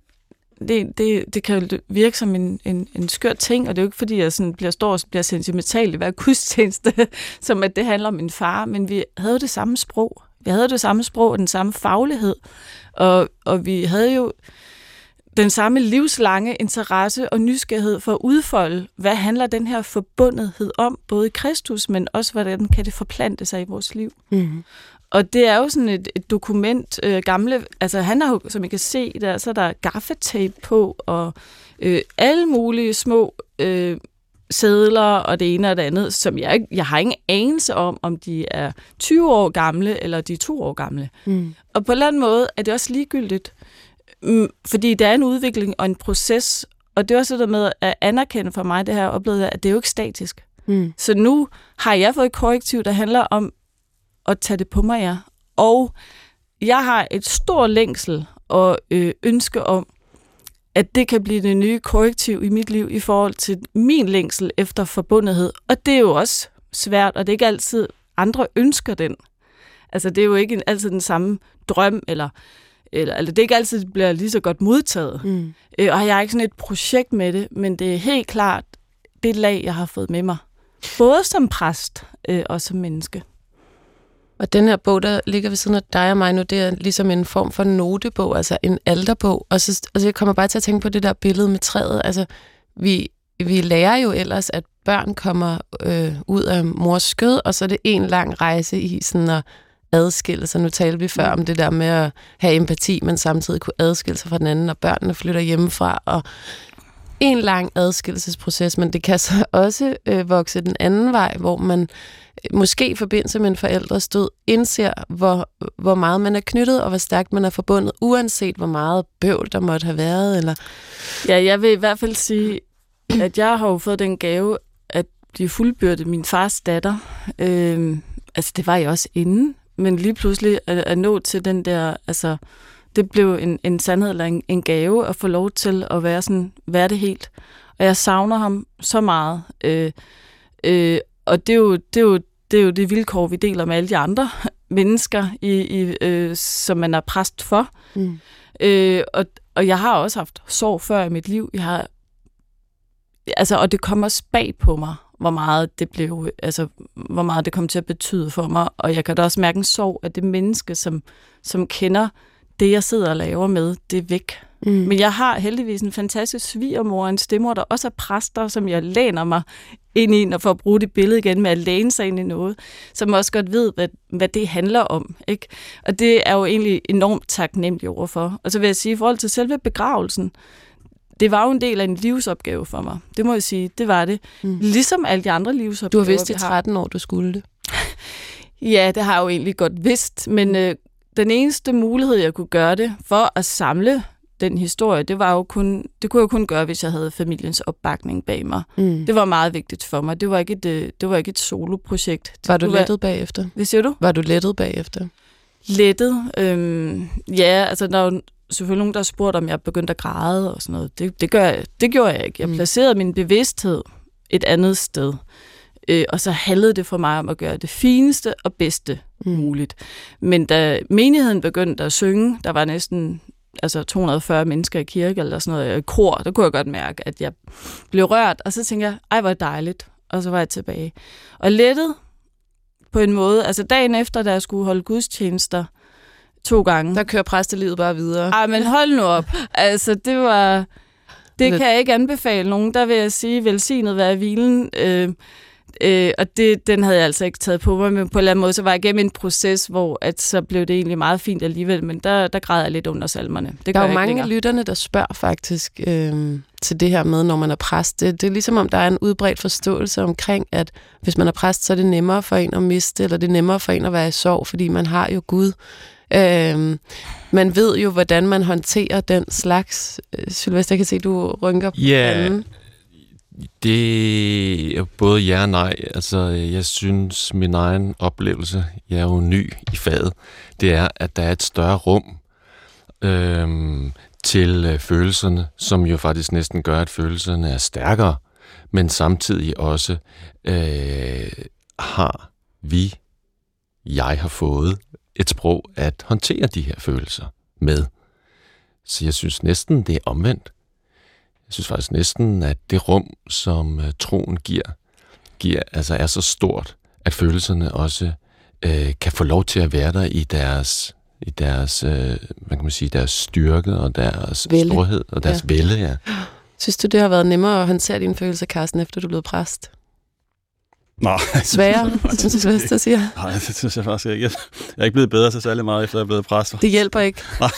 det, det, det kan jo virke som en, en, en skør ting, og det er jo ikke, fordi jeg sådan bliver stor og bliver sentimental i hver gudstjeneste, som at det handler om min far, men vi havde det samme sprog. Vi havde det samme sprog og den samme faglighed, og, og vi havde jo den samme livslange interesse og nysgerrighed for at udfolde, hvad handler den her forbundethed om, både i Kristus, men også hvordan kan det forplante sig i vores liv. Mm-hmm. Og det er jo sådan et, et dokument, øh, gamle, altså han har jo, som I kan se, der, så er der gaffatape på, og øh, alle mulige små øh, sedler, og det ene og det andet, som jeg ikke, jeg har ingen anelse om, om de er tyve år gamle, eller de er to år gamle. Mm. Og på en eller anden måde er det også ligegyldigt, fordi det er en udvikling og en proces, og det er også det der med at anerkende for mig, det her oplevet, at det er jo ikke statisk. Mm. Så nu har jeg fået et korrektiv, der handler om at tage det på mig, ja. Og jeg har et stort længsel og øh, ønske om, at det kan blive det nye korrektiv i mit liv i forhold til min længsel efter forbundethed. Og det er jo også svært, og det er ikke altid andre ønsker den. Altså det er jo ikke altid den samme drøm, eller Eller, eller det ikke altid bliver lige så godt modtaget. Mm. Øh, og jeg har ikke sådan et projekt med det, men det er helt klart det lag, jeg har fået med mig. Både som præst øh, og som menneske. Og den her bog, der ligger ved siden af dig og mig nu, det er ligesom en form for notebog, altså en alterbog. Og så, og så jeg kommer bare til at tænke på det der billede med træet. Altså, vi, vi lærer jo ellers, at børn kommer øh, ud af mors skød, og så er det en lang rejse i sådan at adskille sig. Nu talte vi før om det der med at have empati, men samtidig kunne adskille sig fra den anden, og børnene flytter hjemmefra, og en lang adskillelsesproces, men det kan så også øh, vokse den anden vej, hvor man måske i forbindelse med en forældres død indser, hvor, hvor meget man er knyttet, og hvor stærkt man er forbundet, uanset hvor meget bøvl der måtte have været. Eller... Ja, jeg vil i hvert fald sige, at jeg har jo fået den gave, at blive fuldbyrdet min fars datter. Øh, altså, det var jeg også inden, men lige pludselig at, at nå til den der, altså, det blev en, en sandhed eller en, en gave at få lov til at være sådan, være det helt. Og jeg savner ham så meget. Øh, øh, og det er, jo, det, er jo, det er jo det vilkår, vi deler med alle de andre mennesker, i, i, øh, som man er præst for. Mm. Øh, og, og jeg har også haft sorg før i mit liv. Jeg har, altså, og det kommer også bag på mig, hvor meget det blev, altså hvor meget det kom til at betyde for mig, og jeg kan da også mærke en sorg, at det menneske, som, som kender det, jeg sidder og laver med, det er væk. Mm. Men jeg har heldigvis en fantastisk svigermor, en stemmor, der også er præster, som jeg læner mig ind i, og for at bruge det billede igen med at læne sig ind i noget, som også godt ved, hvad, hvad det handler om. Ikke? Og det er jo egentlig enormt taknemmelig overfor. Og så vil jeg sige, i forhold til selve begravelsen, det var jo en del af en livsopgave for mig. Det må jeg sige, det var det. Mm. Ligesom alle de andre livsopgaver, du har vidst i tretten år, du skulle det. Ja, det har jeg jo egentlig godt vidst, men øh, den eneste mulighed, jeg kunne gøre det for at samle den historie, det var jo kun, det kunne jeg kun gøre, hvis jeg havde familiens opbakning bag mig. Mm. Det var meget vigtigt for mig. Det var ikke et, det var ikke et soloprojekt. Var du lettet bagefter? Hvad siger du? Var du lettet bagefter? Lettet? Øhm, ja, altså der er jo selvfølgelig nogen, der har spurgt, om jeg begyndte at græde og sådan noget. Det, det, gør jeg, det gjorde jeg ikke. Jeg mm. placerede min bevidsthed et andet sted. Øh, og så handlede det for mig om at gøre det fineste og bedste mm. muligt. Men da menigheden begyndte at synge, der var næsten altså to hundrede og fyrre mennesker i kirke eller sådan noget, i kor, der kunne jeg godt mærke, at jeg blev rørt. Og så tænkte jeg, ej, hvor dejligt. Og så var jeg tilbage. Og lettet på en måde. Altså dagen efter, da jeg skulle holde gudstjenester to gange. Der kører præstelivet bare videre. Ej, men hold nu op. Altså, det var... Det kan jeg ikke anbefale nogen. Der vil jeg sige, velsignet være hvilen. Øh, øh, og det, den havde jeg altså ikke taget på mig, men på en eller anden måde, så var jeg igennem en proces, hvor at så blev det egentlig meget fint alligevel, men der, der græd jeg lidt under salmerne. Det der er jo mange af lytterne, der spørger faktisk øh, til det her med, når man er præst. Det, det er ligesom, om der er en udbredt forståelse omkring, at hvis man er præst, så er det nemmere for en at miste, eller det er nemmere for en at være i sorg, fordi man har jo Gud. Øh, man ved jo, hvordan man håndterer den slags. Sylvester, jeg kan se, du rynker på yeah. anden. Det er både ja og nej. Altså, jeg synes, min egen oplevelse, jeg er jo ny i faget, det er, at der er et større rum øhm, til øh, følelserne, som jo faktisk næsten gør, at følelserne er stærkere, men samtidig også øh, har vi, jeg har fået et sprog at håndtere de her følelser med. Så jeg synes næsten, det er omvendt. Jeg synes faktisk næsten, at det rum, som uh, troen giver, giver, altså er så stort, at følelserne også uh, kan få lov til at være der i deres, i deres, uh, hvad kan man sige, deres styrke og deres vælde. Storhed og deres ja. vælde. Ja. Synes du, det har været nemmere at håndtere dine følelser, Carsten, efter du blev præst? Nej. Sværere, som Sylvester siger. Nej, det synes jeg faktisk ikke. Jeg er ikke blevet bedre så særlig meget, efter jeg er blevet præst. Det hjælper ikke.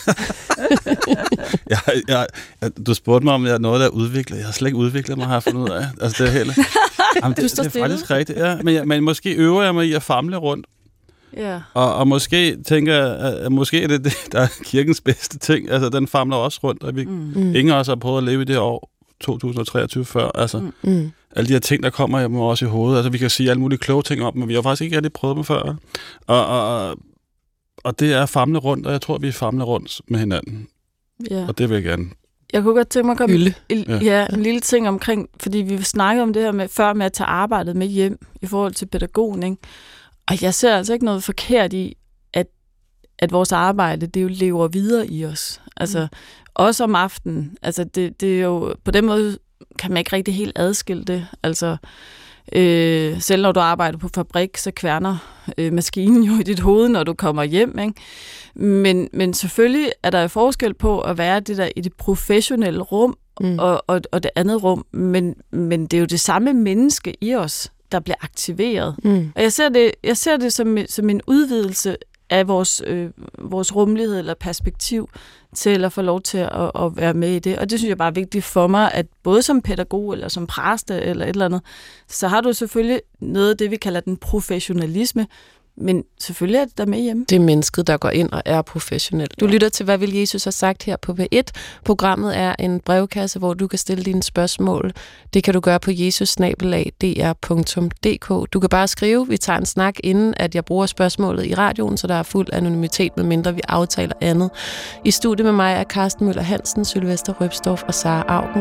jeg, jeg, jeg, du spurgte mig, om jeg er noget, der er udviklet. Jeg har slet ikke udviklet mig, har jeg fundet ud af. Altså, det er heller. Jamen, det, du står det er stille. faktisk rigtigt, ja. Men, jeg, men måske øver jeg mig i at famle rundt. Ja. Og, og måske tænker jeg, at måske er det det, der er kirkens bedste ting. Altså, den famler også rundt, og vi, mm. ingen af os har prøvet at leve i det år to tusind og treogtyve før. Altså, mm. alle de her ting, der kommer jeg må også i hovedet. Altså, vi kan sige alle mulige kloge ting om, men vi har faktisk ikke rigtig prøvet dem før. Og, og, og det er at famle rundt, og jeg tror, vi famler rundt med hinanden. Ja. Og det vil jeg gerne. Jeg kunne godt tænke mig at komme Hylde. en, ja. Ja, en lille ting omkring, fordi vi snakkede om det her med, før med at tage arbejdet med hjem i forhold til pædagogen, ikke? Og jeg ser altså ikke noget forkert i, at, at vores arbejde, det jo lever videre i os. Altså, mm. også om aftenen. Altså, det, det er jo, på den måde kan man ikke rigtig helt adskille det. Altså, øh, selv når du arbejder på fabrik, så kværner øh, maskinen jo i dit hoved, når du kommer hjem, ikke? Men, men selvfølgelig er der forskel på at være det der i det professionelle rum, mm. og, og, og det andet rum, men, men det er jo det samme menneske i os, der bliver aktiveret. Mm. Og jeg ser det, jeg ser det som, som en udvidelse af vores, øh, vores rummelighed eller perspektiv til at få lov til at, at være med i det. Og det synes jeg bare er vigtigt for mig, at både som pædagog eller som præst eller et eller andet, så har du selvfølgelig noget af det, vi kalder den professionalisme, men selvfølgelig er det der med hjemme. Det er mennesket, der går ind og er professionel. Du ja. lytter til, hvad vil Jesus have sagt her på P et. Programmet er en brevkasse, hvor du kan stille dine spørgsmål. Det kan du gøre på jesus snabel-a d r punktum d k. Du kan bare skrive, vi tager en snak, inden at jeg bruger spørgsmålet i radioen, så der er fuld anonymitet, medmindre vi aftaler andet. I studiet med mig er Carsten Møller Hansen, Sylvester Røbstorff og Sara Auken.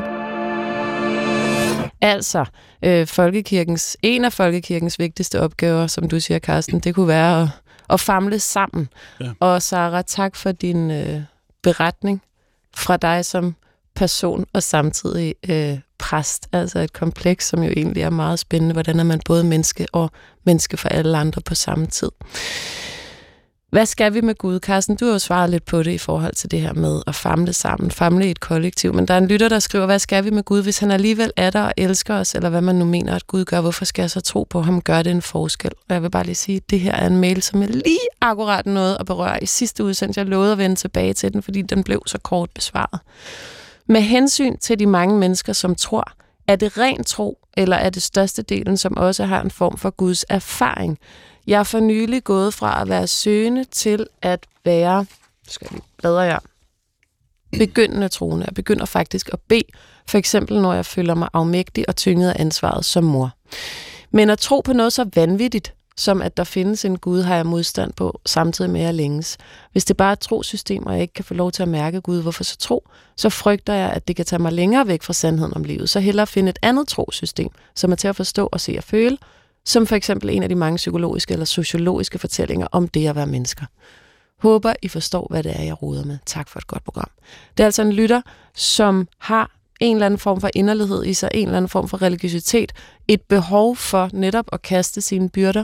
Altså, øh, folkekirkens, en af folkekirkens vigtigste opgaver, som du siger, Carsten, det kunne være at, at famle sammen. Ja. Og Sara, tak for din øh, beretning fra dig som person og samtidig øh, præst. Altså et kompleks, som jo egentlig er meget spændende. Hvordan er man både menneske og menneske for alle andre på samme tid? Hvad skal vi med Gud, Carsten? Du har jo svaret lidt på det i forhold til det her med at famle sammen, famle i et kollektiv. Men der er en lytter, der skriver, hvad skal vi med Gud, hvis han alligevel er der og elsker os, eller hvad man nu mener, at Gud gør? Hvorfor skal jeg så tro på ham? Gør det en forskel? Og jeg vil bare lige sige, at det her er en mail, som jeg lige akkurat nåede at berøre i sidste udsendelse. Jeg lovede at vende tilbage til den, fordi den blev så kort besvaret. Med hensyn til de mange mennesker, som tror, er det ren tro, eller er det størstedelen, som også har en form for Guds erfaring? Jeg er for nylig gået fra at være søgende til at være, skal jeg bladre jeg, begyndende troende. Jeg begynder faktisk at bede, for eksempel når jeg føler mig afmægtig og tynget af ansvaret som mor. Men at tro på noget så vanvittigt, som at der findes en Gud, har jeg modstand på, samtidig med at jeg længes. Hvis det bare er et trosystem, og jeg ikke kan få lov til at mærke Gud, hvorfor så tro, så frygter jeg, at det kan tage mig længere væk fra sandheden om livet. Så hellere finde et andet trosystem, som er til at forstå og se og føle, som for eksempel en af de mange psykologiske eller sociologiske fortællinger om det at være mennesker. Håber, I forstår, hvad det er, jeg roder med. Tak for et godt program. Det er altså en lytter, som har en eller anden form for inderlighed i sig, en eller anden form for religiøsitet, et behov for netop at kaste sine byrder,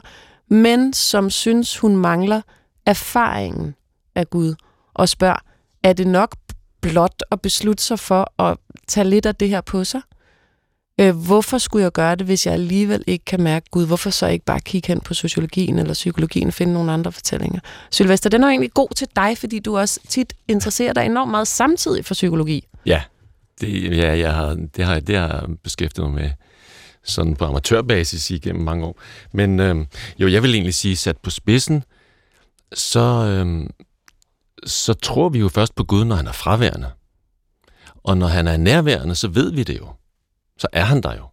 men som synes, hun mangler erfaringen af Gud, og spørger, er det nok blot at beslutte sig for at tage lidt af det her på sig? Øh, hvorfor skulle jeg gøre det, hvis jeg alligevel ikke kan mærke Gud? Hvorfor så ikke bare kigge hen på sociologien eller psykologien og finde nogle andre fortællinger? Sylvester, den er jo egentlig god til dig, fordi du også tit interesserer dig enormt meget samtidig for psykologi. Ja, det, ja jeg har, det, har, det har jeg beskæftiget mig med sådan på amatørbasis igennem mange år. Men øh, jo, jeg vil egentlig sige, sat på spidsen, så, øh, så tror vi jo først på Gud, når han er fraværende. Og når han er nærværende, så ved vi det jo. Så er han der jo.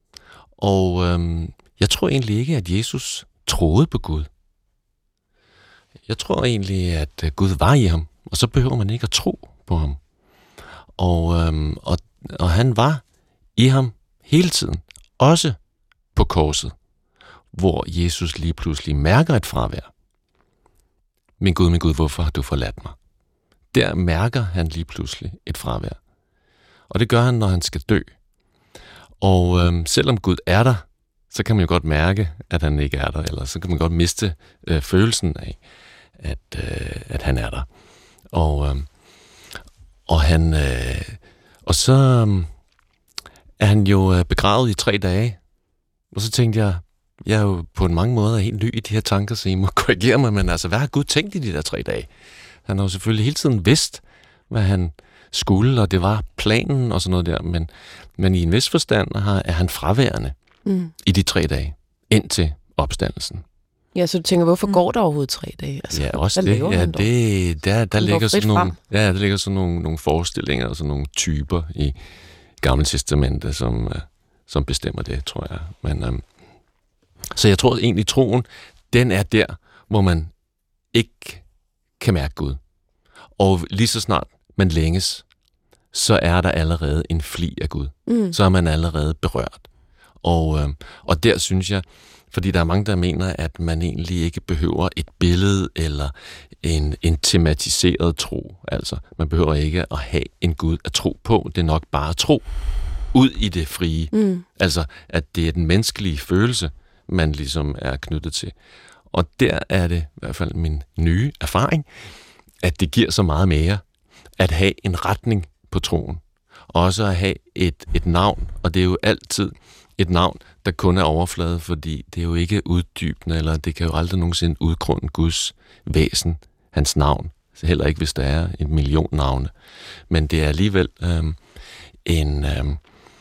Og øhm, jeg tror egentlig ikke, at Jesus troede på Gud. Jeg tror egentlig, at Gud var i ham, og så behøver man ikke at tro på ham. Og, øhm, og, og han var i ham hele tiden, også på korset, hvor Jesus lige pludselig mærker et fravær. Min Gud, min Gud, hvorfor har du forladt mig? Der mærker han lige pludselig et fravær. Og det gør han, når han skal dø. Og øhm, selvom Gud er der, så kan man jo godt mærke, at han ikke er der, eller så kan man godt miste øh, følelsen af, at, øh, at han er der. Og, øhm, og, han, øh, og så øh, er han jo øh, begravet i tre dage. Og så tænkte jeg, jeg er jo på en mange måder helt ny i de her tanker, så I må korrigere mig, men altså, hvad har Gud tænkt i de der tre dage? Han har jo selvfølgelig hele tiden vidst, hvad han skulle, og det var planen og sådan noget der, men, men i en vis forstand er han fraværende mm. i de tre dage, indtil opstandelsen. Ja, så du tænker, hvorfor mm. går der overhovedet tre dage? Altså, ja, også det. Ja, det der, der, ligger sådan nogle, ja, der ligger sådan nogle, nogle forestillinger og sådan nogle typer i Gamle Testamente, som, som bestemmer det, tror jeg. Men, um, så jeg tror egentlig, troen, den er der, hvor man ikke kan mærke Gud. Og lige så snart man længes, så er der allerede en fli af Gud. Mm. Så er man allerede berørt. Og, øh, og der synes jeg, fordi der er mange, der mener, at man egentlig ikke behøver et billede eller en, en tematiseret tro. Altså, man behøver ikke at have en Gud at tro på. Det er nok bare at tro ud i det frie. Mm. Altså, at det er den menneskelige følelse, man ligesom er knyttet til. Og der er det i hvert fald min nye erfaring, at det giver så meget mere at have en retning på troen. Og også at have et, et navn, og det er jo altid et navn, der kun er overflade, fordi det er jo ikke uddybende, eller det kan jo aldrig nogensinde udgrunde Guds væsen, hans navn. Heller ikke, hvis der er en million navne. Men det er alligevel øhm, en, øhm,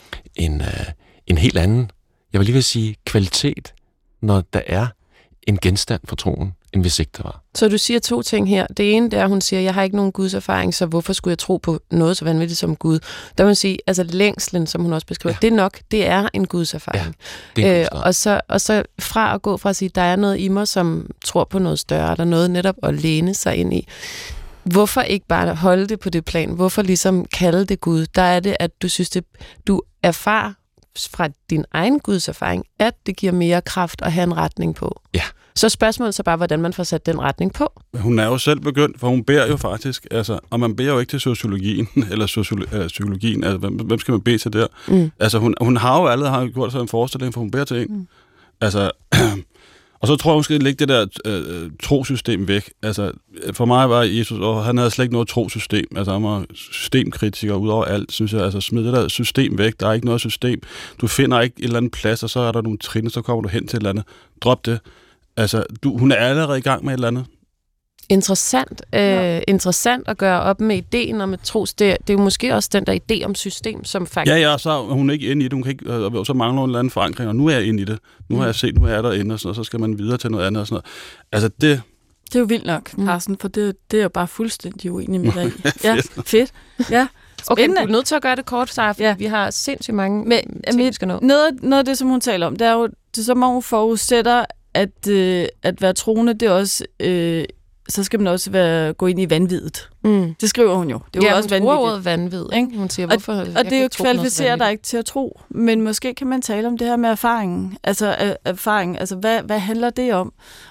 en, øh, en helt anden, jeg vil lige vil sige, kvalitet, når der er en genstand for troen, end hvis ikke der var. Så du siger to ting her. Det ene, det er, at hun siger, jeg har ikke nogen Guds erfaring, så hvorfor skulle jeg tro på noget så vanvittigt som Gud? Der vil man sige, altså længslen, som hun også beskriver, ja. Det er nok, det er en Guds erfaring. Ja, det er øh, og, så, og så fra at gå fra at sige, der er noget i mig, som tror på noget større, eller noget netop at læne sig ind i. Hvorfor ikke bare holde det på det plan? Hvorfor ligesom kalde det Gud? Der er det, at du synes, det, du erfarer fra din egen Guds erfaring, at det giver mere kraft at have en retning på. Ja. Så spørgsmålet så bare, hvordan man får sat den retning på. Hun er jo selv begyndt, for hun beder jo faktisk, altså, og man beder jo ikke til sociologien, eller sociolo- eller psykologien, altså, hvem, hvem skal man bede til der? Mm. Altså, hun, hun har jo allerede har gjort sig en forestilling, for hun beder til en. Mm. Altså, og så tror jeg, hun skal lægge det der øh, trosystem væk. Altså, for mig var Jesus, og han havde slet ikke noget trosystem. Altså, han var systemkritiker ud over alt, synes jeg. Altså, smid det der system væk. Der er ikke noget system. Du finder ikke et eller andet plads, og så er der nogle trin, så kommer du hen til et eller andet. Drop det. Altså, du, hun er allerede i gang med et eller andet. Interessant. Øh, ja. Interessant at gøre op med ideen om et tros. Det, det er jo måske også den der idé om system, som faktisk... Ja, ja, så er hun ikke inde i det. Hun kan ikke, øh, så mangler hun en eller anden forankring, og nu er jeg inde i det. Nu mm. har jeg set, nu er jeg derinde, og, sådan, og så skal man videre til noget andet og sådan noget. Altså, det... Det er jo vildt nok, Carsten, for det, det er jo bare fuldstændig uenig med dig. Ja, fedt. Ja. Okay, du er nødt til at gøre det kort, Sara, for ja. Vi har sindssygt mange Men, ting, vi skal nå. Noget, noget af det, som hun taler om, det er jo, det, som hun forudsætter, at, øh, at være troende, det er også... Øh, så skal man også være, gå ind i vanviddet. Mm. Det skriver hun jo. Det er ja, jo også vanvittigt. Ja, hun vanvid. Ikke? Hun siger, hvorfor... Og, og det er jo kvalificerer dig ikke til at tro. Men måske kan man tale om det her med erfaringen. Altså, erfaring. Altså hvad, hvad handler det om?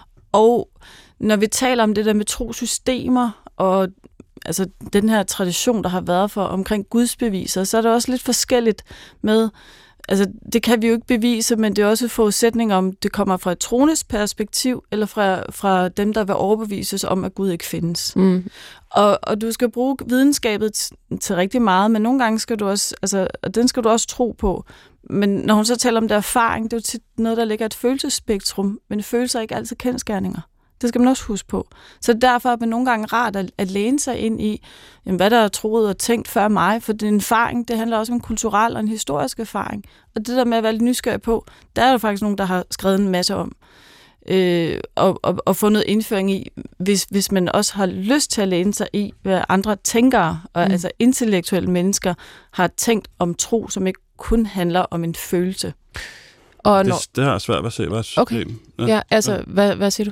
Og når vi taler om det der med trosystemer, og altså den her tradition, der har været for omkring gudsbeviser, så er det også lidt forskelligt med, altså, det kan vi jo ikke bevise, men det er også en forudsætning om, det kommer fra et troendes perspektiv, eller fra, fra dem, der vil overbevises om, at Gud ikke findes. Mm. Og, og du skal bruge videnskabet t- til rigtig meget, men nogle gange skal du også, altså, og den skal du også tro på. Men når hun så taler om det erfaring, det er jo tit noget, der ligger et følelsesspektrum, men følelser er ikke altid kendsgerninger. Det skal man også huske på. Så derfor er det nogle gange rart at, at læne sig ind i, jamen, hvad der er troet og tænkt før mig, for den erfaring, det handler også om en kulturel og en historisk erfaring. Og det der med at være lidt nysgerrig på, der er jo faktisk nogen, der har skrevet en masse om, øh, og, og, og fundet indføring i, hvis, hvis man også har lyst til at læne sig i, hvad andre tænkere, og, mm. altså intellektuelle mennesker, har tænkt om tro, som ikke kun handler om en følelse. Og det, når... det er svært at se, hvad system. Okay. Ja, ja altså, ja. Hvad, hvad siger du?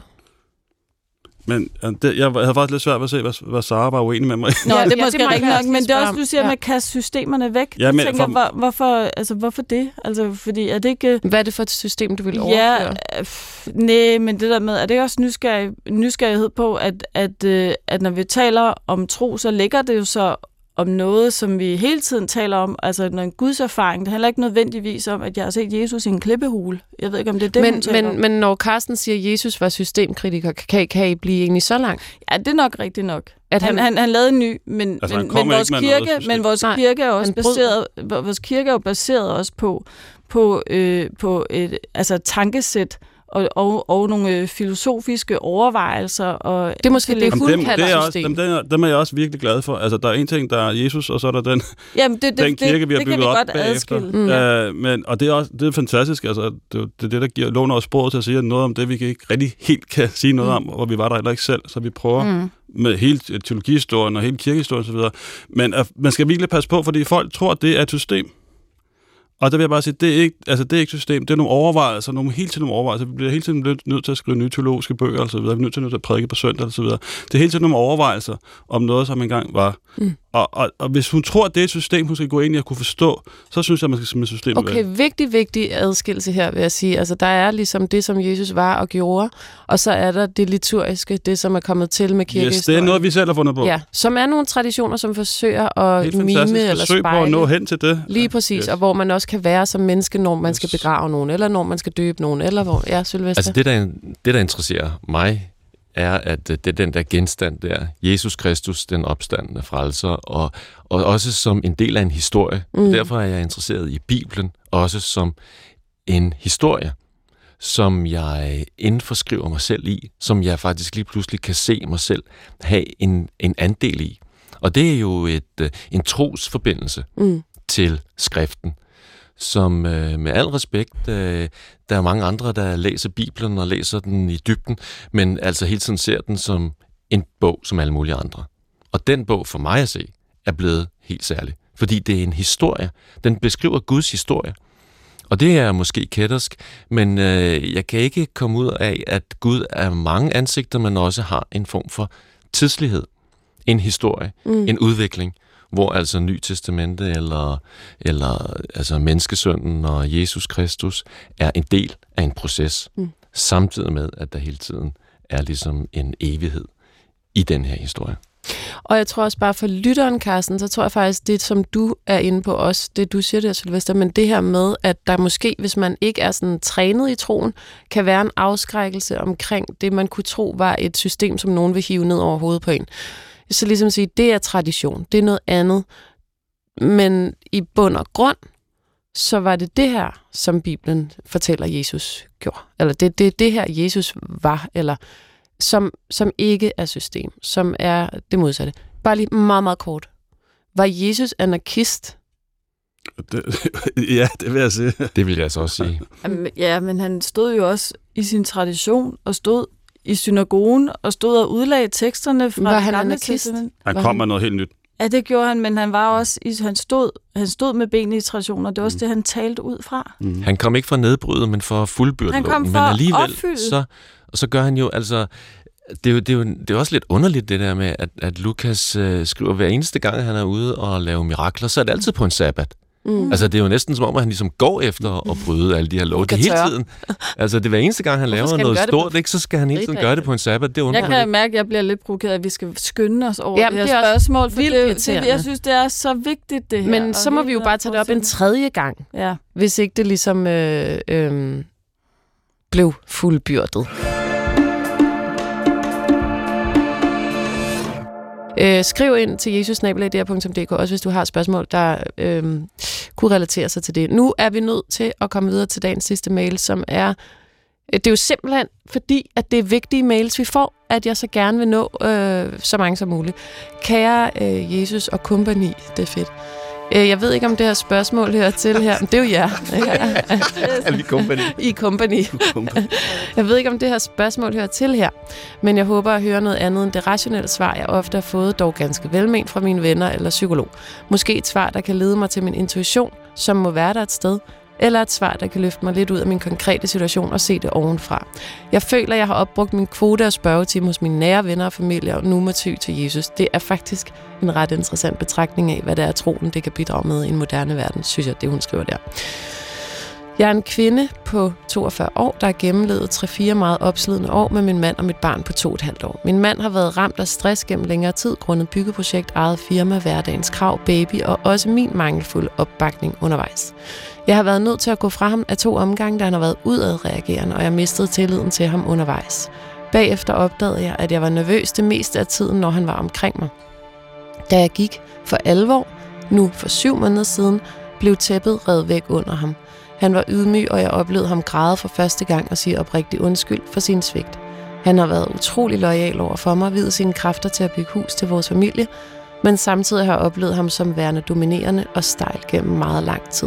Men det, jeg havde faktisk lidt svært ved at se, hvad, hvad Sara var uenig med mig. Nå, ja, det er ja, måske det rigtigt nok, men det er også, du siger, ja. med at kaste systemerne væk. Ja, men jeg tænker, for... hvor, hvorfor, altså, hvorfor det? Altså, fordi er det ikke... Hvad er det for et system, du vil overføre? Ja, pff, nej, men det der med, er det også nysgerrig, nysgerrighed på, at, at, at, at når vi taler om tro, så ligger det jo så om noget, som vi hele tiden taler om, altså når en Guds erfaring, det handler ikke nødvendigvis om, at jeg har set Jesus i en klippehule. Jeg ved ikke, om det er det, men, hun taler men, om. Men når Carsten siger, at Jesus var systemkritiker, kan, kan I blive egentlig så langt? Ja, det er nok rigtigt nok. At han, han, han lavede en ny, men, altså, men, men, vores, kirke, men vores Nej, kirke er også baseret, vores kirke er jo baseret også på, på, øh, på et altså, tankesæt, Og, og, og nogle øh, filosofiske overvejelser. Og det er måske det, hun kalder system. Dem, dem, dem er jeg også virkelig glad for. Altså, der er en ting, der er Jesus, og så er der den, Jamen, det, det, den kirke, det, vi har det, bygget det op godt bagefter. Mm. Uh, men, og det er, også, det er fantastisk. Altså, det, det er det, der giver låner os sproget til at sige noget om det, vi ikke rigtig helt kan sige noget mm. om, og vi var der heller ikke selv. Så vi prøver mm. med hele teologihistorien og hele kirkehistorien osv. Men uh, man skal virkelig passe på, fordi folk tror, at det er et system. Og der vil jeg bare sige, det er ikke, altså det er ikke system, det er nogle overvejelser, nogle hele tiden nogle overvejelser. Vi bliver hele tiden nødt til at skrive nye teologiske bøger og så videre. Vi er nødt til at prædike på søndag og så videre. Det er hele tiden nogle overvejelser om noget, som engang var. Mm. Og, og, og hvis hun tror, at det er et system, hun skal gå ind i og kunne forstå, så synes jeg, man skal smide systemet Okay, væk. vigtig, vigtig adskillelse her, vil jeg sige. Altså, der er ligesom det, som Jesus var og gjorde, og så er der det liturgiske, det, som er kommet til med kirkehistorien. Yes, det er noget, vi selv har fundet på. Ja, som er nogle traditioner, som forsøger at mime eller spejle. Forsøg på at nå hen til det. Lige præcis, yes. Og hvor man også kan være som menneske, når man yes. skal begrave nogen, eller når man skal døbe nogen, eller hvor... Ja, Sylvester. Altså, det der, det, der interesserer mig, er, at det er den der genstand der, Jesus Kristus, den opstandne frelser, og, og også som en del af en historie. Mm. Derfor er jeg interesseret i Bibelen, også som en historie, som jeg indforskriver mig selv i, som jeg faktisk lige pludselig kan se mig selv have en, en andel i. Og det er jo et, en trosforbindelse mm. til skriften, som øh, med al respekt, øh, der er mange andre, der læser Bibelen og læser den i dybden, men altså hele tiden ser den som en bog som alle mulige andre. Og den bog, for mig at se, er blevet helt særlig, fordi det er en historie. Den beskriver Guds historie. Og det er måske kættersk, men øh, jeg kan ikke komme ud af, at Gud er mange ansigter, men også har en form for tidslighed, en historie, mm. en udvikling, hvor altså Ny Testamente eller, eller altså menneskesønnen og Jesus Kristus er en del af en proces, mm. samtidig med, at der hele tiden er ligesom en evighed i den her historie. Og jeg tror også bare for lytteren, Carsten, så tror jeg faktisk, det som du er inde på også, det du siger der, Sylvester, men det her med, at der måske, hvis man ikke er sådan trænet i troen, kan være en afskrækkelse omkring det, man kunne tro var et system, som nogen vil hive ned over hovedet på en. Så ligesom sige, det er tradition, det er noget andet. Men i bund og grund, så var det det her, som Bibelen fortæller, Jesus gjorde. Eller det er det, det her, Jesus var, eller som, som ikke er system, som er det modsatte. Bare lige meget, meget kort. Var Jesus anarkist? Det, ja, det vil jeg sige. Det vil jeg så også sige. Ja, men han stod jo også i sin tradition, og stod i synagogen, og stod og udlagde teksterne fra var det han gamle anarkist? testament. Han kom med noget helt nyt. Ja, det gjorde han, men han var også i, han stod han stod med benene i traditioner. Det var også mm. det, han talte ud fra. Mm. Han kom ikke for nedbryde, men for fuldbyrde. Han kom for men alligevel, at opfylde. Så, så gør han jo, altså, det er jo, det er jo det er også lidt underligt det der med, at, at Lukas øh, skriver hver eneste gang, han er ude og lave mirakler, så er det altid på en sabbat. Mm. Altså, det er jo næsten som om, at han ligesom går efter at bryde alle de her love. Det hele tiden. Altså, det er hver eneste gang, han laver noget stort, på... ikke, så skal han hele tiden gøre det på en sabbat. Det jeg kan mærke, at jeg bliver lidt provokeret, at vi skal skynde os over Jamen, det her det spørgsmål, for det, det, jeg synes, det er så vigtigt, det her. Men så må vi jo bare tage det op en tredje gang, ja. hvis ikke det ligesom øh, øh, blev fuldbyrdet. Øh, skriv ind til jesus snabel-a d r punktum d k, også hvis du har spørgsmål, der øh, kunne relatere sig til det. Nu er vi nødt til at komme videre til dagens sidste mail, som er... Det er jo simpelthen fordi, at det er vigtige mails, vi får, at jeg så gerne vil nå øh, så mange som muligt. Kære øh, Jesus og kompagni, det er fedt. Øh, jeg ved ikke, om det her spørgsmål hører til her, men det er jo jer. Er vi kompagni? I kompagni. Jeg ved ikke, om det her spørgsmål hører til her, men jeg håber at høre noget andet end det rationelle svar, jeg ofte har fået, dog ganske velment fra mine venner eller psykolog. Måske et svar, der kan lede mig til min intuition, som må være der et sted, eller et svar, der kan løfte mig lidt ud af min konkrete situation og se det ovenfra. Jeg føler, jeg har opbrugt min kvote af spørgetime hos mine nære venner og familie, og nu må ty til Jesus. Det er faktisk en ret interessant betragtning af, hvad det er troen, det kan bidrage med i en moderne verden, synes jeg, det hun skriver der. Jeg er en kvinde på toogfyrre år, der har gennemlevet tre fire meget opslidende år med min mand og mit barn på to og et halvt år. Min mand har været ramt af stress gennem længere tid, grundet byggeprojekt, eget firma, hverdagens krav, baby og også min mangelfulde opbakning undervejs. Jeg har været nødt til at gå fra ham af to omgange, da han har været udadreagerende, og jeg mistede tilliden til ham undervejs. Bagefter opdagede jeg, at jeg var nervøs det meste af tiden, når han var omkring mig. Da jeg gik for alvor, nu for syv måneder siden, blev tæppet revet væk under ham. Han var ydmyg, og jeg oplevede ham græde for første gang og sige oprigtig undskyld for sin svigt. Han har været utrolig loyal over for mig og videt sine kræfter til at bygge hus til vores familie, men samtidig har jeg oplevet ham som værende dominerende og stejl gennem meget lang tid.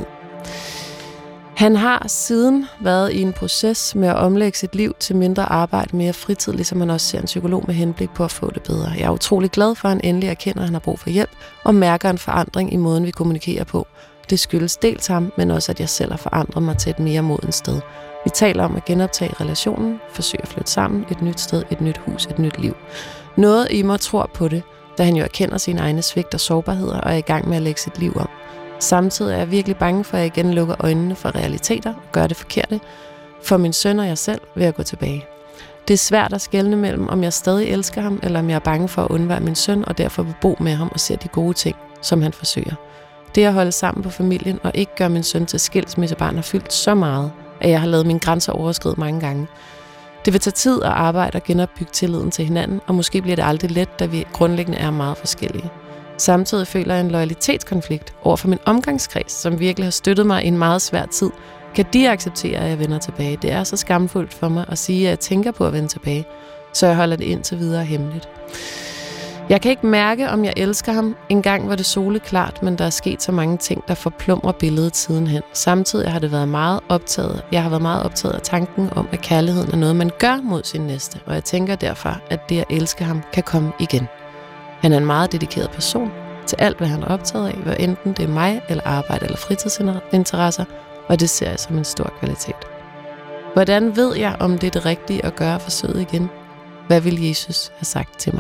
Han har siden været i en proces med at omlægge sit liv til mindre arbejde, mere fritid, ligesom han også ser en psykolog med henblik på at få det bedre. Jeg er utrolig glad for, at han endelig erkender, at han har brug for hjælp og mærker en forandring i måden, vi kommunikerer på. Det skyldes dels ham, men også, at jeg selv har forandret mig til et mere modent sted. Vi taler om at genoptage relationen, forsøge at flytte sammen, et nyt sted, et nyt hus, et nyt liv. Noget i mig tror på det, da han jo erkender sine egne svigt og sårbarheder og er i gang med at lægge sit liv om. Samtidig er jeg virkelig bange for, at jeg igen lukker øjnene for realiteter og gør det forkerte for min søn og jeg selv ved at gå tilbage. Det er svært at skelne mellem, om jeg stadig elsker ham, eller om jeg er bange for at undvære min søn og derfor vil bo med ham og se de gode ting, som han forsøger. Det at holde sammen på familien og ikke gøre min søn til skilsmissebarn har fyldt så meget, at jeg har lavet mine grænser overskride mange gange. Det vil tage tid at arbejde og genopbygge tilliden til hinanden, og måske bliver det aldrig let, da vi grundlæggende er meget forskellige. Samtidig føler jeg en loyalitetskonflikt over for min omgangskreds, som virkelig har støttet mig i en meget svær tid. Kan de acceptere, at jeg vender tilbage? Det er så skamfuldt for mig at sige, at jeg tænker på at vende tilbage, så jeg holder det indtil videre hemmeligt. Jeg kan ikke mærke, om jeg elsker ham. Engang var det soleklart, men der er sket så mange ting, der forplumrer billedet sidenhen. Samtidig har det været meget optaget. Jeg har været meget optaget af tanken om, at kærligheden er noget, man gør mod sin næste, og jeg tænker derfor, at det at elske ham kan komme igen. Han er en meget dedikeret person til alt, hvad han er optaget af, hvad enten det er mig, eller arbejde, eller fritidsinteresser, og det ser jeg som en stor kvalitet. Hvordan ved jeg, om det er det rigtige at gøre forsøget igen? Hvad vil Jesus have sagt til mig?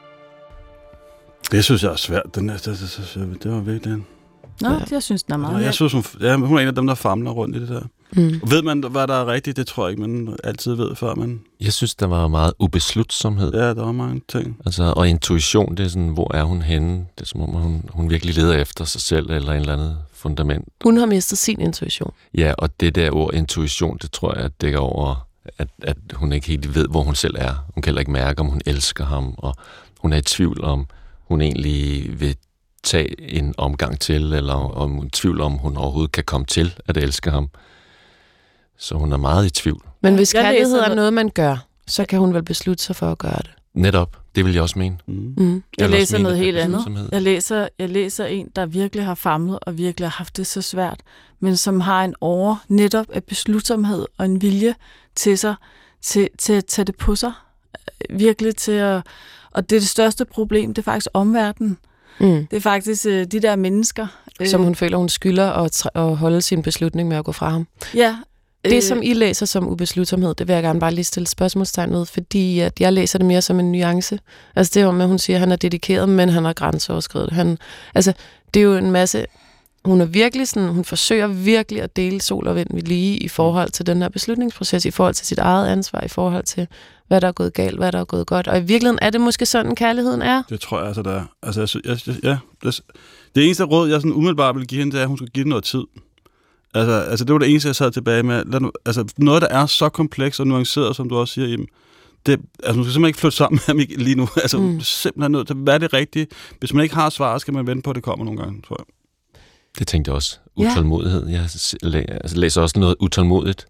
Det synes jeg er svært. Den er, det, det, det var virkelig en... Nå, ja. Jeg synes, den er meget. Jeg synes, hun, ja, hun er en af dem, der famler rundt i det der. Mm. Ved man, hvad der er rigtigt? Det tror jeg ikke, man altid ved før. Man... Jeg synes, der var meget ubeslutsomhed. Ja, der var mange ting. Altså, og intuition, det er sådan, hvor er hun henne? Det er som om, hun, hun virkelig leder efter sig selv eller en eller andet fundament. Hun har mistet sin intuition. Ja, og det der ord intuition, det tror jeg dækker over, at, at hun ikke helt ved, hvor hun selv er. Hun kan heller ikke mærke, om hun elsker ham, og hun er i tvivl om, hun egentlig vil tage en omgang til, eller om hun er i tvivl om, hun overhovedet kan komme til at elske ham. Så hun er meget i tvivl. Men hvis kærlighed er noget, man gør, så kan hun vel beslutte sig for at gøre det. Netop. Det vil jeg også mene. Mm. Mm. Jeg læser noget helt andet. Jeg læser, jeg læser en, der virkelig har famlet og virkelig har haft det så svært, men som har en over netop af beslutsomhed og en vilje til sig, til, til at tage det på sig. Virkelig til at... Og det er det største problem, det er faktisk omverdenen. Mm. Det er faktisk øh, de der mennesker. Øh, som hun føler, hun skylder at, tr- at holde sin beslutning med at gå fra ham. Ja. Øh, det, som I læser som ubeslutsomhed, det vil jeg gerne bare lige stille spørgsmålstegn ud, fordi at jeg læser det mere som en nuance. Altså det er jo med, at hun siger, at han er dedikeret, men han er grænseoverskredet. Han, altså, det er jo en masse hun er virkelig sådan, hun forsøger virkelig at dele sol og vind ved lige i forhold til den her beslutningsproces, i forhold til sit eget ansvar, i forhold til, hvad der er gået galt, hvad der er gået godt. Og i virkeligheden er det måske sådan, kærligheden er. Det tror jeg altså, der er. Altså, jeg, jeg, jeg, ja, det, det eneste råd, jeg sådan umiddelbart vil give hende, det er, at hun skal give det noget tid. Altså, altså det var det eneste, jeg sad tilbage med. Lad nu, altså, noget, der er så kompleks og nuanceret, som du også siger, jamen, det, altså, man skal simpelthen ikke flytte sammen med ham lige nu. Altså, mm. simpelthen nødt til, hvad er det rigtige? Hvis man ikke har svar, skal man vente på, at det kommer nogle gange, tror jeg. Det tænkte jeg også. Utålmodighed. Jeg læser også noget utålmodigt.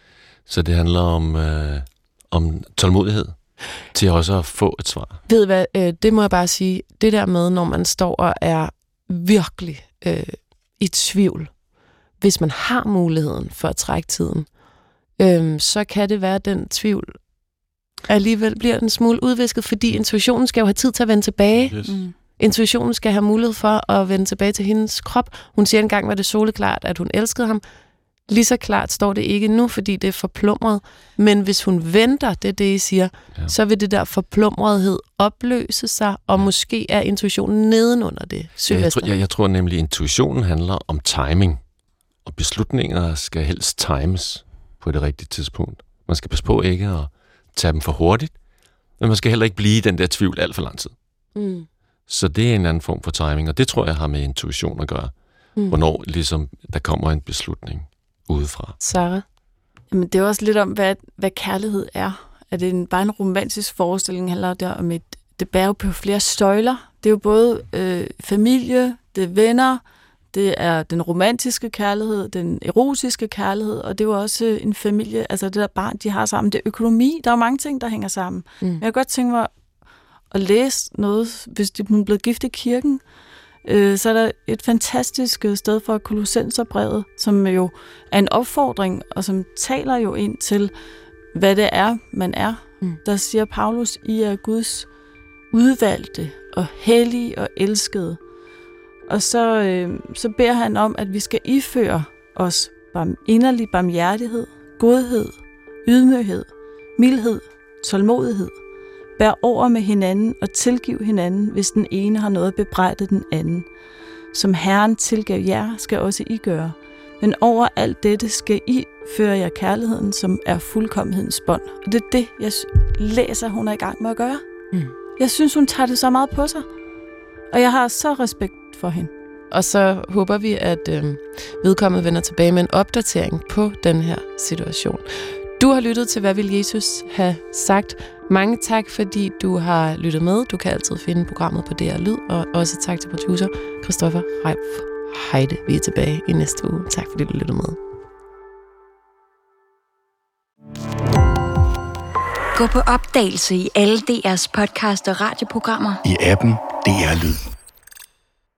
Så det handler om, øh, om tålmodighed til også at få et svar. Ved hvad, øh, det må jeg bare sige. Det der med, når man står og er virkelig øh, i tvivl, hvis man har muligheden for at trække tiden, øh, så kan det være, at den tvivl alligevel bliver en smule udvisket, fordi intuitionen skal jo have tid til at vende tilbage. Yes. Mm. Intuitionen skal have mulighed for at vende tilbage til hendes krop. Hun siger engang, var det soleklart, at hun elskede ham. Lige så klart står det ikke nu, fordi det er forplumret. Men hvis hun venter, det er det, I siger, ja. Så vil det der forplumrethed opløse sig, og ja. Måske er intuitionen nedenunder det. Ja, jeg, tror, jeg, jeg tror nemlig, at intuitionen handler om timing. Og beslutninger skal helst times på det rigtige tidspunkt. Man skal passe på ikke at tage dem for hurtigt, men man skal heller ikke blive i den der tvivl alt for lang tid. Mm. Så det er en anden form for timing, og det tror jeg har med intuition at gøre. Mm. Hvornår ligesom der kommer en beslutning udefra. Sarah? Jamen, det er også lidt om, hvad, hvad kærlighed er. Er det en, bare en romantisk forestilling, handler det om et, det bærer jo på flere støjler. Det er jo både øh, familie, det er venner, det er den romantiske kærlighed, den erotiske kærlighed, og det er jo også en familie, altså det der barn, de har sammen. Det er økonomi, der er jo mange ting, der hænger sammen. Mm. Men jeg kan godt tænke mig at læse noget, hvis de er blevet gift i kirken, øh, så er der et fantastisk sted for Kolossenserbrevet, som jo er en opfordring, og som taler jo ind til, hvad det er, man er. Mm. Der siger Paulus, I er Guds udvalgte og hellige og elskede. Og så, øh, så beder han om, at vi skal iføre os barm, inderlig barmhjertighed, godhed, ydmyghed, mildhed, tålmodighed. Bær over med hinanden og tilgiv hinanden, hvis den ene har noget at bebrejde den anden. Som Herren tilgav jer, skal også I gøre. Men over alt dette skal I føre jer kærligheden, som er fuldkommenhedens bånd. Og det er det, jeg læser, hun er i gang med at gøre. Mm. Jeg synes, hun tager det så meget på sig. Og jeg har så respekt for hende. Og så håber vi, at øh, vedkommende vender tilbage med en opdatering på den her situation. Du har lyttet til, hvad vil Jesus have sagt. Mange tak, fordi du har lyttet med. Du kan altid finde programmet på D R Lyd, og også tak til producer Christoffer Reif Heide. Vi er tilbage i næste uge. Tak fordi du lyttede med. Gå på opdagelse i alle D R's podcast og radioprogrammer. I appen D R Lyd.